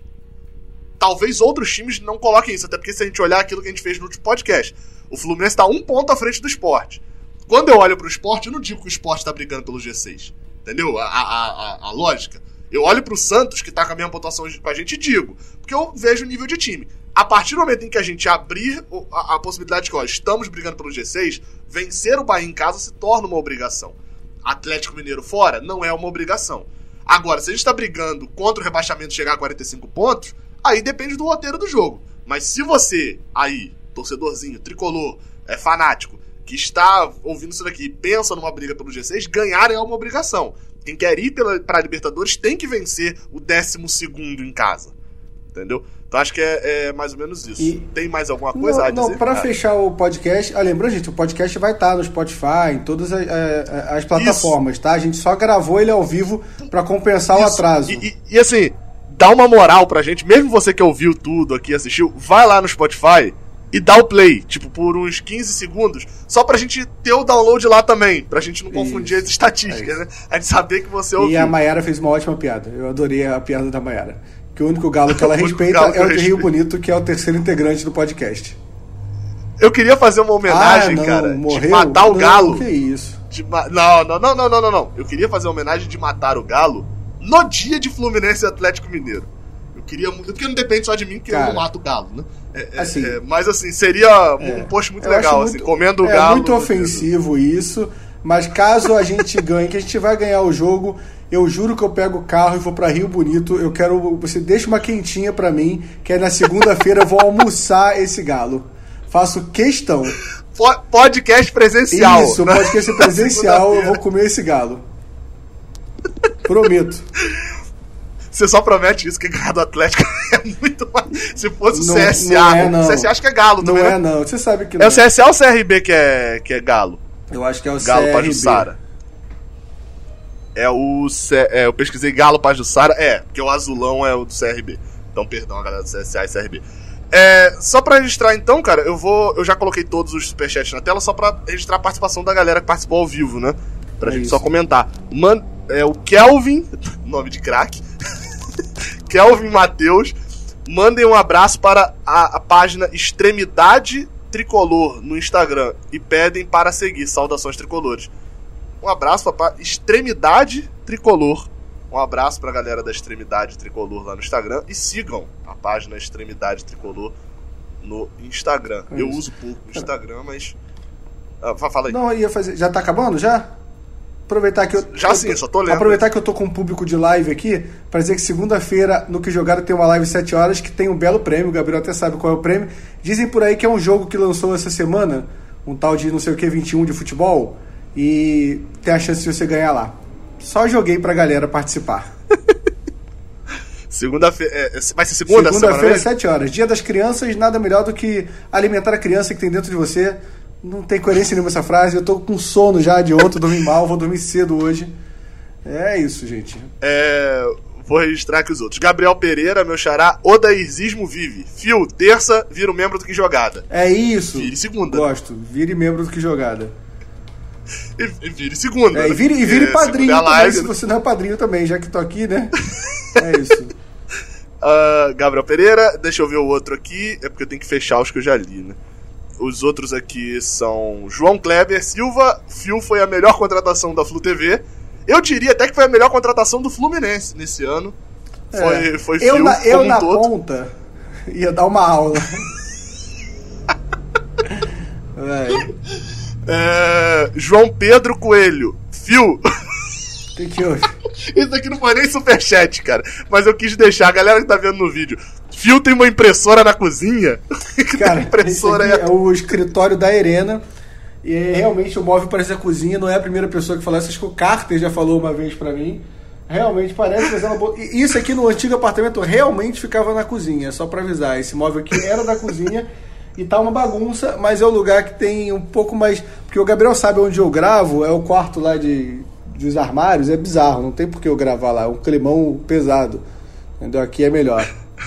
Talvez outros times não coloquem isso, até porque se a gente olhar aquilo que a gente fez no último podcast, o Fluminense está 1 ponto à frente do Sport. Quando eu olho pro Sport, eu não digo que o Sport está brigando pelo G6. Entendeu? A lógica. Eu olho pro Santos, que tá com a mesma pontuação com a gente, e digo, porque eu vejo o nível de time. A partir do momento em que a gente abrir a possibilidade de que estamos brigando pelo G6, vencer o Bahia em casa se torna uma obrigação. Atlético Mineiro fora não é uma obrigação. Agora, se a gente tá brigando contra o rebaixamento chegar a 45 pontos, aí depende do roteiro do jogo. Mas se você, aí, torcedorzinho, tricolor, fanático, que está ouvindo isso daqui e pensa numa briga pelo G6, ganhar é uma obrigação. Quem quer ir para a Libertadores tem que vencer o 12º em casa. Entendeu? Então acho que é mais ou menos isso. Tem mais alguma coisa a dizer? Não, para fechar o podcast... lembrando, gente, o podcast vai estar no Spotify, em todas as plataformas, isso. Tá? A gente só gravou ele ao vivo para compensar o atraso. E assim, dá uma moral pra gente, mesmo você que ouviu tudo aqui, assistiu, vai lá no Spotify e dá o play, por uns 15 segundos, só pra gente ter o download lá também, pra gente não confundir as estatísticas, né? A gente saber que você ouviu. E a Mayara fez uma ótima piada. Eu adorei a piada da Mayara. Que o único galo que ela respeita é o de Rio Bonito, que é o terceiro integrante do podcast. Eu queria fazer uma homenagem, cara, morreu? De matar o galo. Que isso? Não. Eu queria fazer uma homenagem de matar o galo no dia de Fluminense e Atlético Mineiro. Eu queria muito, porque não depende só de mim, que cara, eu não mato o galo, né? Mas assim, seria um post muito legal, assim, comendo o galo. É muito ofensivo isso, mas caso a gente ganhe, que a gente vai ganhar o jogo, eu juro que eu pego o carro e vou pra Rio Bonito. Eu quero, você deixa uma quentinha pra mim, que aí na segunda-feira eu vou almoçar esse galo. Faço questão. Podcast presencial. Isso, né? Podcast presencial, eu vou comer esse galo. Prometo. Você só promete isso, que ganhar do Atlético é muito mais. Se fosse o CSA. Não é, não. O CSA acho que é galo também. Não é, não. Você sabe que não. É o CSA ou o CRB que é galo? Eu acho que é o Galo CRB. Pajuçara. Eu pesquisei Galo Pajuçara. Porque o azulão é o do CRB. Então, perdão, a galera do CSA e CRB. Só pra registrar então, cara, eu já coloquei todos os superchats na tela, só pra registrar a participação da galera que participou ao vivo, né? Pra gente só comentar. O Kelvin, nome de craque, Kelvin Matheus, mandem um abraço para a página Extremidade Tricolor no Instagram e pedem para seguir. Saudações tricolores. Um abraço para Extremidade Tricolor. Um abraço pra galera da Extremidade Tricolor lá no Instagram. E sigam a página Extremidade Tricolor no Instagram. Eu uso pouco o Instagram, mas... fala aí. Não, eu ia fazer... Já tá acabando, já? Aproveitar que só tô lendo. Aproveitar que eu tô com um público de live aqui, pra dizer que segunda-feira, no Que Jogaram, tem uma live 7 horas que tem um belo prêmio. O Gabriel até sabe qual é o prêmio. Dizem por aí que é um jogo que lançou essa semana, um tal de não sei o que 21 de futebol, e tem a chance de você ganhar lá. Só joguei pra galera participar. Segunda-feira. Vai ser segunda? Segunda-feira, 7 horas. Dia das Crianças, nada melhor do que alimentar a criança que tem dentro de você. Não tem coerência nenhuma essa frase. Eu tô com sono já de ontem, dormi mal, vou dormir cedo hoje. É isso, gente. Vou registrar aqui os outros. Gabriel Pereira, meu xará, Odairzismo vive. Fio, terça, vira o membro do Que Jogada. É isso. Vire segunda. Gosto. Vire membro do Que Jogada. E vire segunda. E vire padrinho também, live, se você não é padrinho também, já que tô aqui, né? É isso. Gabriel Pereira, deixa eu ver o outro aqui, é porque eu tenho que fechar os que eu já li, né? Os outros aqui são João Kleber Silva, Fio foi a melhor contratação da Flu TV. Eu diria até que foi a melhor contratação do Fluminense nesse ano. Foi Fio eu na ponta ia dar uma aula. João Pedro Coelho, Fio. Que houve? Isso aqui não foi nem superchat, cara. Mas eu quis deixar, a galera que tá vendo no vídeo. Fio tem uma impressora na cozinha. Cara, impressora é o escritório da Irena. E realmente o móvel parece a cozinha. Não é a primeira pessoa que fala isso. Acho que o Carter já falou uma vez pra mim. Realmente parece, mas ela... Isso aqui no antigo apartamento realmente ficava na cozinha. Só pra avisar, esse móvel aqui era da cozinha. E tá uma bagunça, mas é o lugar que tem um pouco mais... Porque o Gabriel sabe onde eu gravo. É o quarto lá dos armários. É bizarro, não tem por que eu gravar lá. É um climão pesado. Entendeu? Aqui é melhor.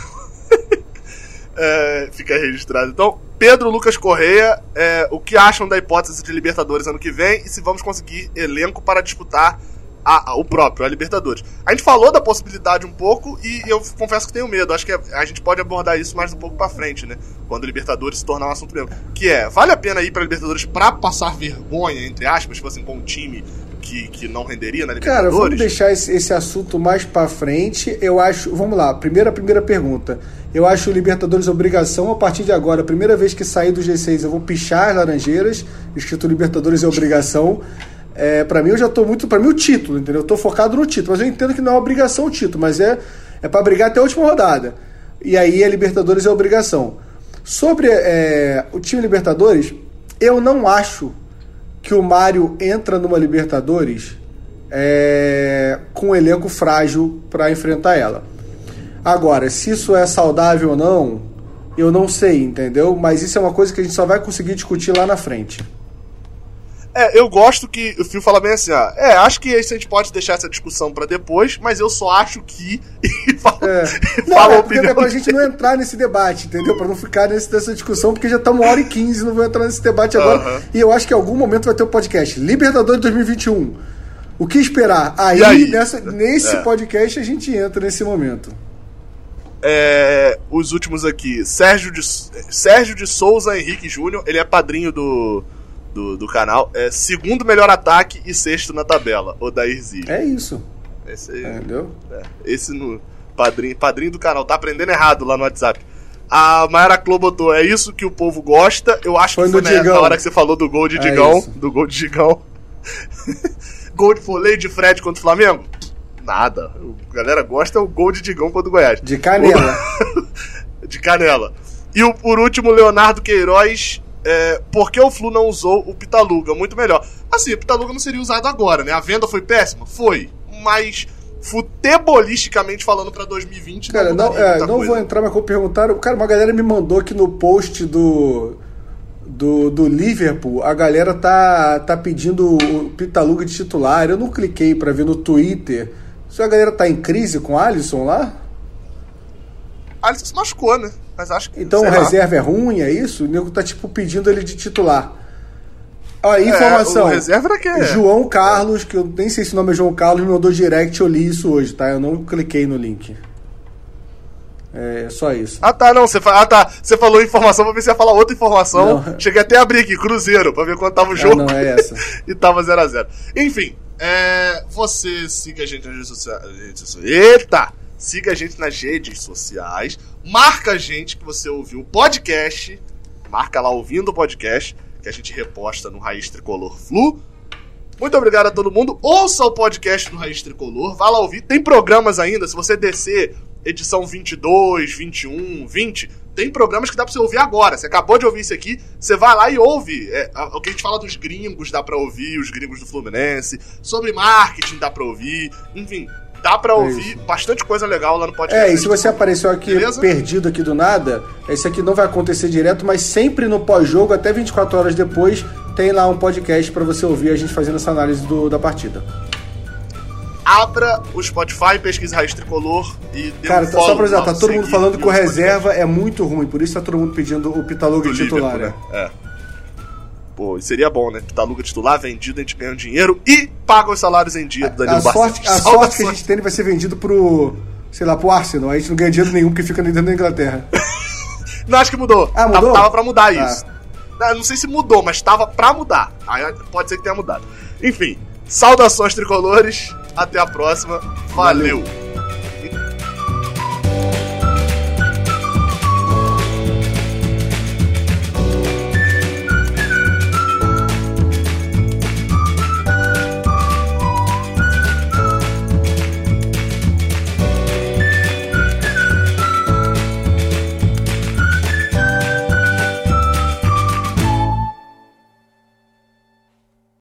Fica registrado. Então, Pedro Lucas Correia, o que acham da hipótese de Libertadores ano que vem e se vamos conseguir elenco para disputar a Libertadores? A gente falou da possibilidade um pouco e eu confesso que tenho medo. Acho que a gente pode abordar isso mais um pouco pra frente, né? Quando a Libertadores se tornar um assunto mesmo. Vale a pena ir pra Libertadores pra passar vergonha, entre aspas, tipo assim, com um time que não renderia na Libertadores? Cara, vamos deixar esse assunto mais pra frente. Eu acho... Vamos lá, primeira pergunta. Eu acho o Libertadores obrigação. A partir de agora, a primeira vez que sair do G6, eu vou pichar as laranjeiras. Escrito Libertadores é obrigação. Pra mim, eu já tô muito... Pra mim, o título, entendeu? Eu tô focado no título. Mas eu entendo que não é obrigação o título. Mas é pra brigar até a última rodada. E aí, a Libertadores é obrigação. Sobre o time Libertadores, eu não acho que o Mário entra numa Libertadores com um elenco frágil para enfrentar ela. Agora, se isso é saudável ou não, eu não sei, entendeu? Mas isso é uma coisa que a gente só vai conseguir discutir lá na frente. Eu gosto que o Fio fala bem assim, acho que a gente pode deixar essa discussão pra depois, mas eu só acho que... fala a opinião. É pra gente não entrar nesse debate, entendeu? Pra não ficar nessa discussão, porque já estamos 1h15, não vou entrar nesse debate agora. E eu acho que em algum momento vai ter um podcast. Libertadores 2021. O que esperar? Aí? Nesse podcast a gente entra nesse momento. Os últimos aqui. Sérgio de Souza Henrique Júnior. Ele é padrinho do canal. Segundo melhor ataque e sexto na tabela. Odair Zig. É isso. Esse aí. Entendeu? Esse no padrinho do canal. Tá aprendendo errado lá no WhatsApp. A Mayara Clô botou: é isso que o povo gosta. Eu acho que foi na hora que você falou do gol de Digão. Do gol de Digão. Gol de Foley de Fred contra o Flamengo? Nada. A galera gosta é o gol de Digão contra o Goiás. De canela. De canela. E por último, Leonardo Queiroz. Por que o Flu não usou o Pitaluga? Muito melhor. Assim, o Pitaluga não seria usado agora, né? A venda foi péssima? Foi. Mas, futebolisticamente falando, pra 2020... Cara, não vou entrar, mas como perguntaram... Cara, uma galera me mandou aqui no post do Liverpool, a galera tá pedindo o Pitaluga de titular. Eu não cliquei pra ver no Twitter. Se a galera tá em crise com o Alisson lá? Alisson se machucou, né? Mas acho que... Então o reserva é ruim, é isso? O nego tá pedindo ele de titular. Olha, informação. O reserva era quem? João Carlos, que eu nem sei se o nome é João Carlos, me mandou direct, eu li isso hoje, tá? Eu não cliquei no link. É só isso. Não, você falou informação, vou ver se ia falar outra informação. Não. Cheguei até a abrir aqui, Cruzeiro, pra ver quanto tava o jogo. Não, é essa. E tava 0x0. Enfim, você siga a gente nas redes sociais. Eita! Siga a gente nas redes sociais. Marca a gente que você ouviu o podcast. Marca lá ouvindo o podcast, que a gente reposta no Raiz Tricolor Flu. Muito obrigado a todo mundo. Ouça o podcast do Raiz Tricolor. Vá lá ouvir. Tem programas ainda. Se você descer edição 22, 21, 20, tem programas que dá pra você ouvir agora. Você acabou de ouvir isso aqui, você vai lá e ouve. O que a gente fala dos gringos dá pra ouvir, os gringos do Fluminense. Sobre marketing dá pra ouvir. Enfim, dá pra ouvir bastante coisa legal lá no podcast. E se você apareceu aqui perdido aqui do nada, esse aqui não vai acontecer direto, mas sempre no pós-jogo, até 24 horas depois, tem lá um podcast pra você ouvir a gente fazendo essa análise da partida. Abra o Spotify, pesquisa Raiz Tricolor e dê Cara, follow. Só pra avisar, tá todo mundo falando que o reserva é muito ruim, por isso tá todo mundo pedindo o Pitaluga de titular, né? Pô, seria bom, né? Pitaluga titular, vendido, a gente ganha um dinheiro e paga os salários em dia do Danilo Barcelos. A sorte que a gente tem vai ser vendido pro Arsenal, a gente não ganha dinheiro nenhum porque fica dentro da Inglaterra. Não, acho que mudou. Mudou? Tava pra mudar isso. Não sei se mudou, mas tava pra mudar. Aí pode ser que tenha mudado. Enfim, saudações tricolores. Até a próxima. Valeu.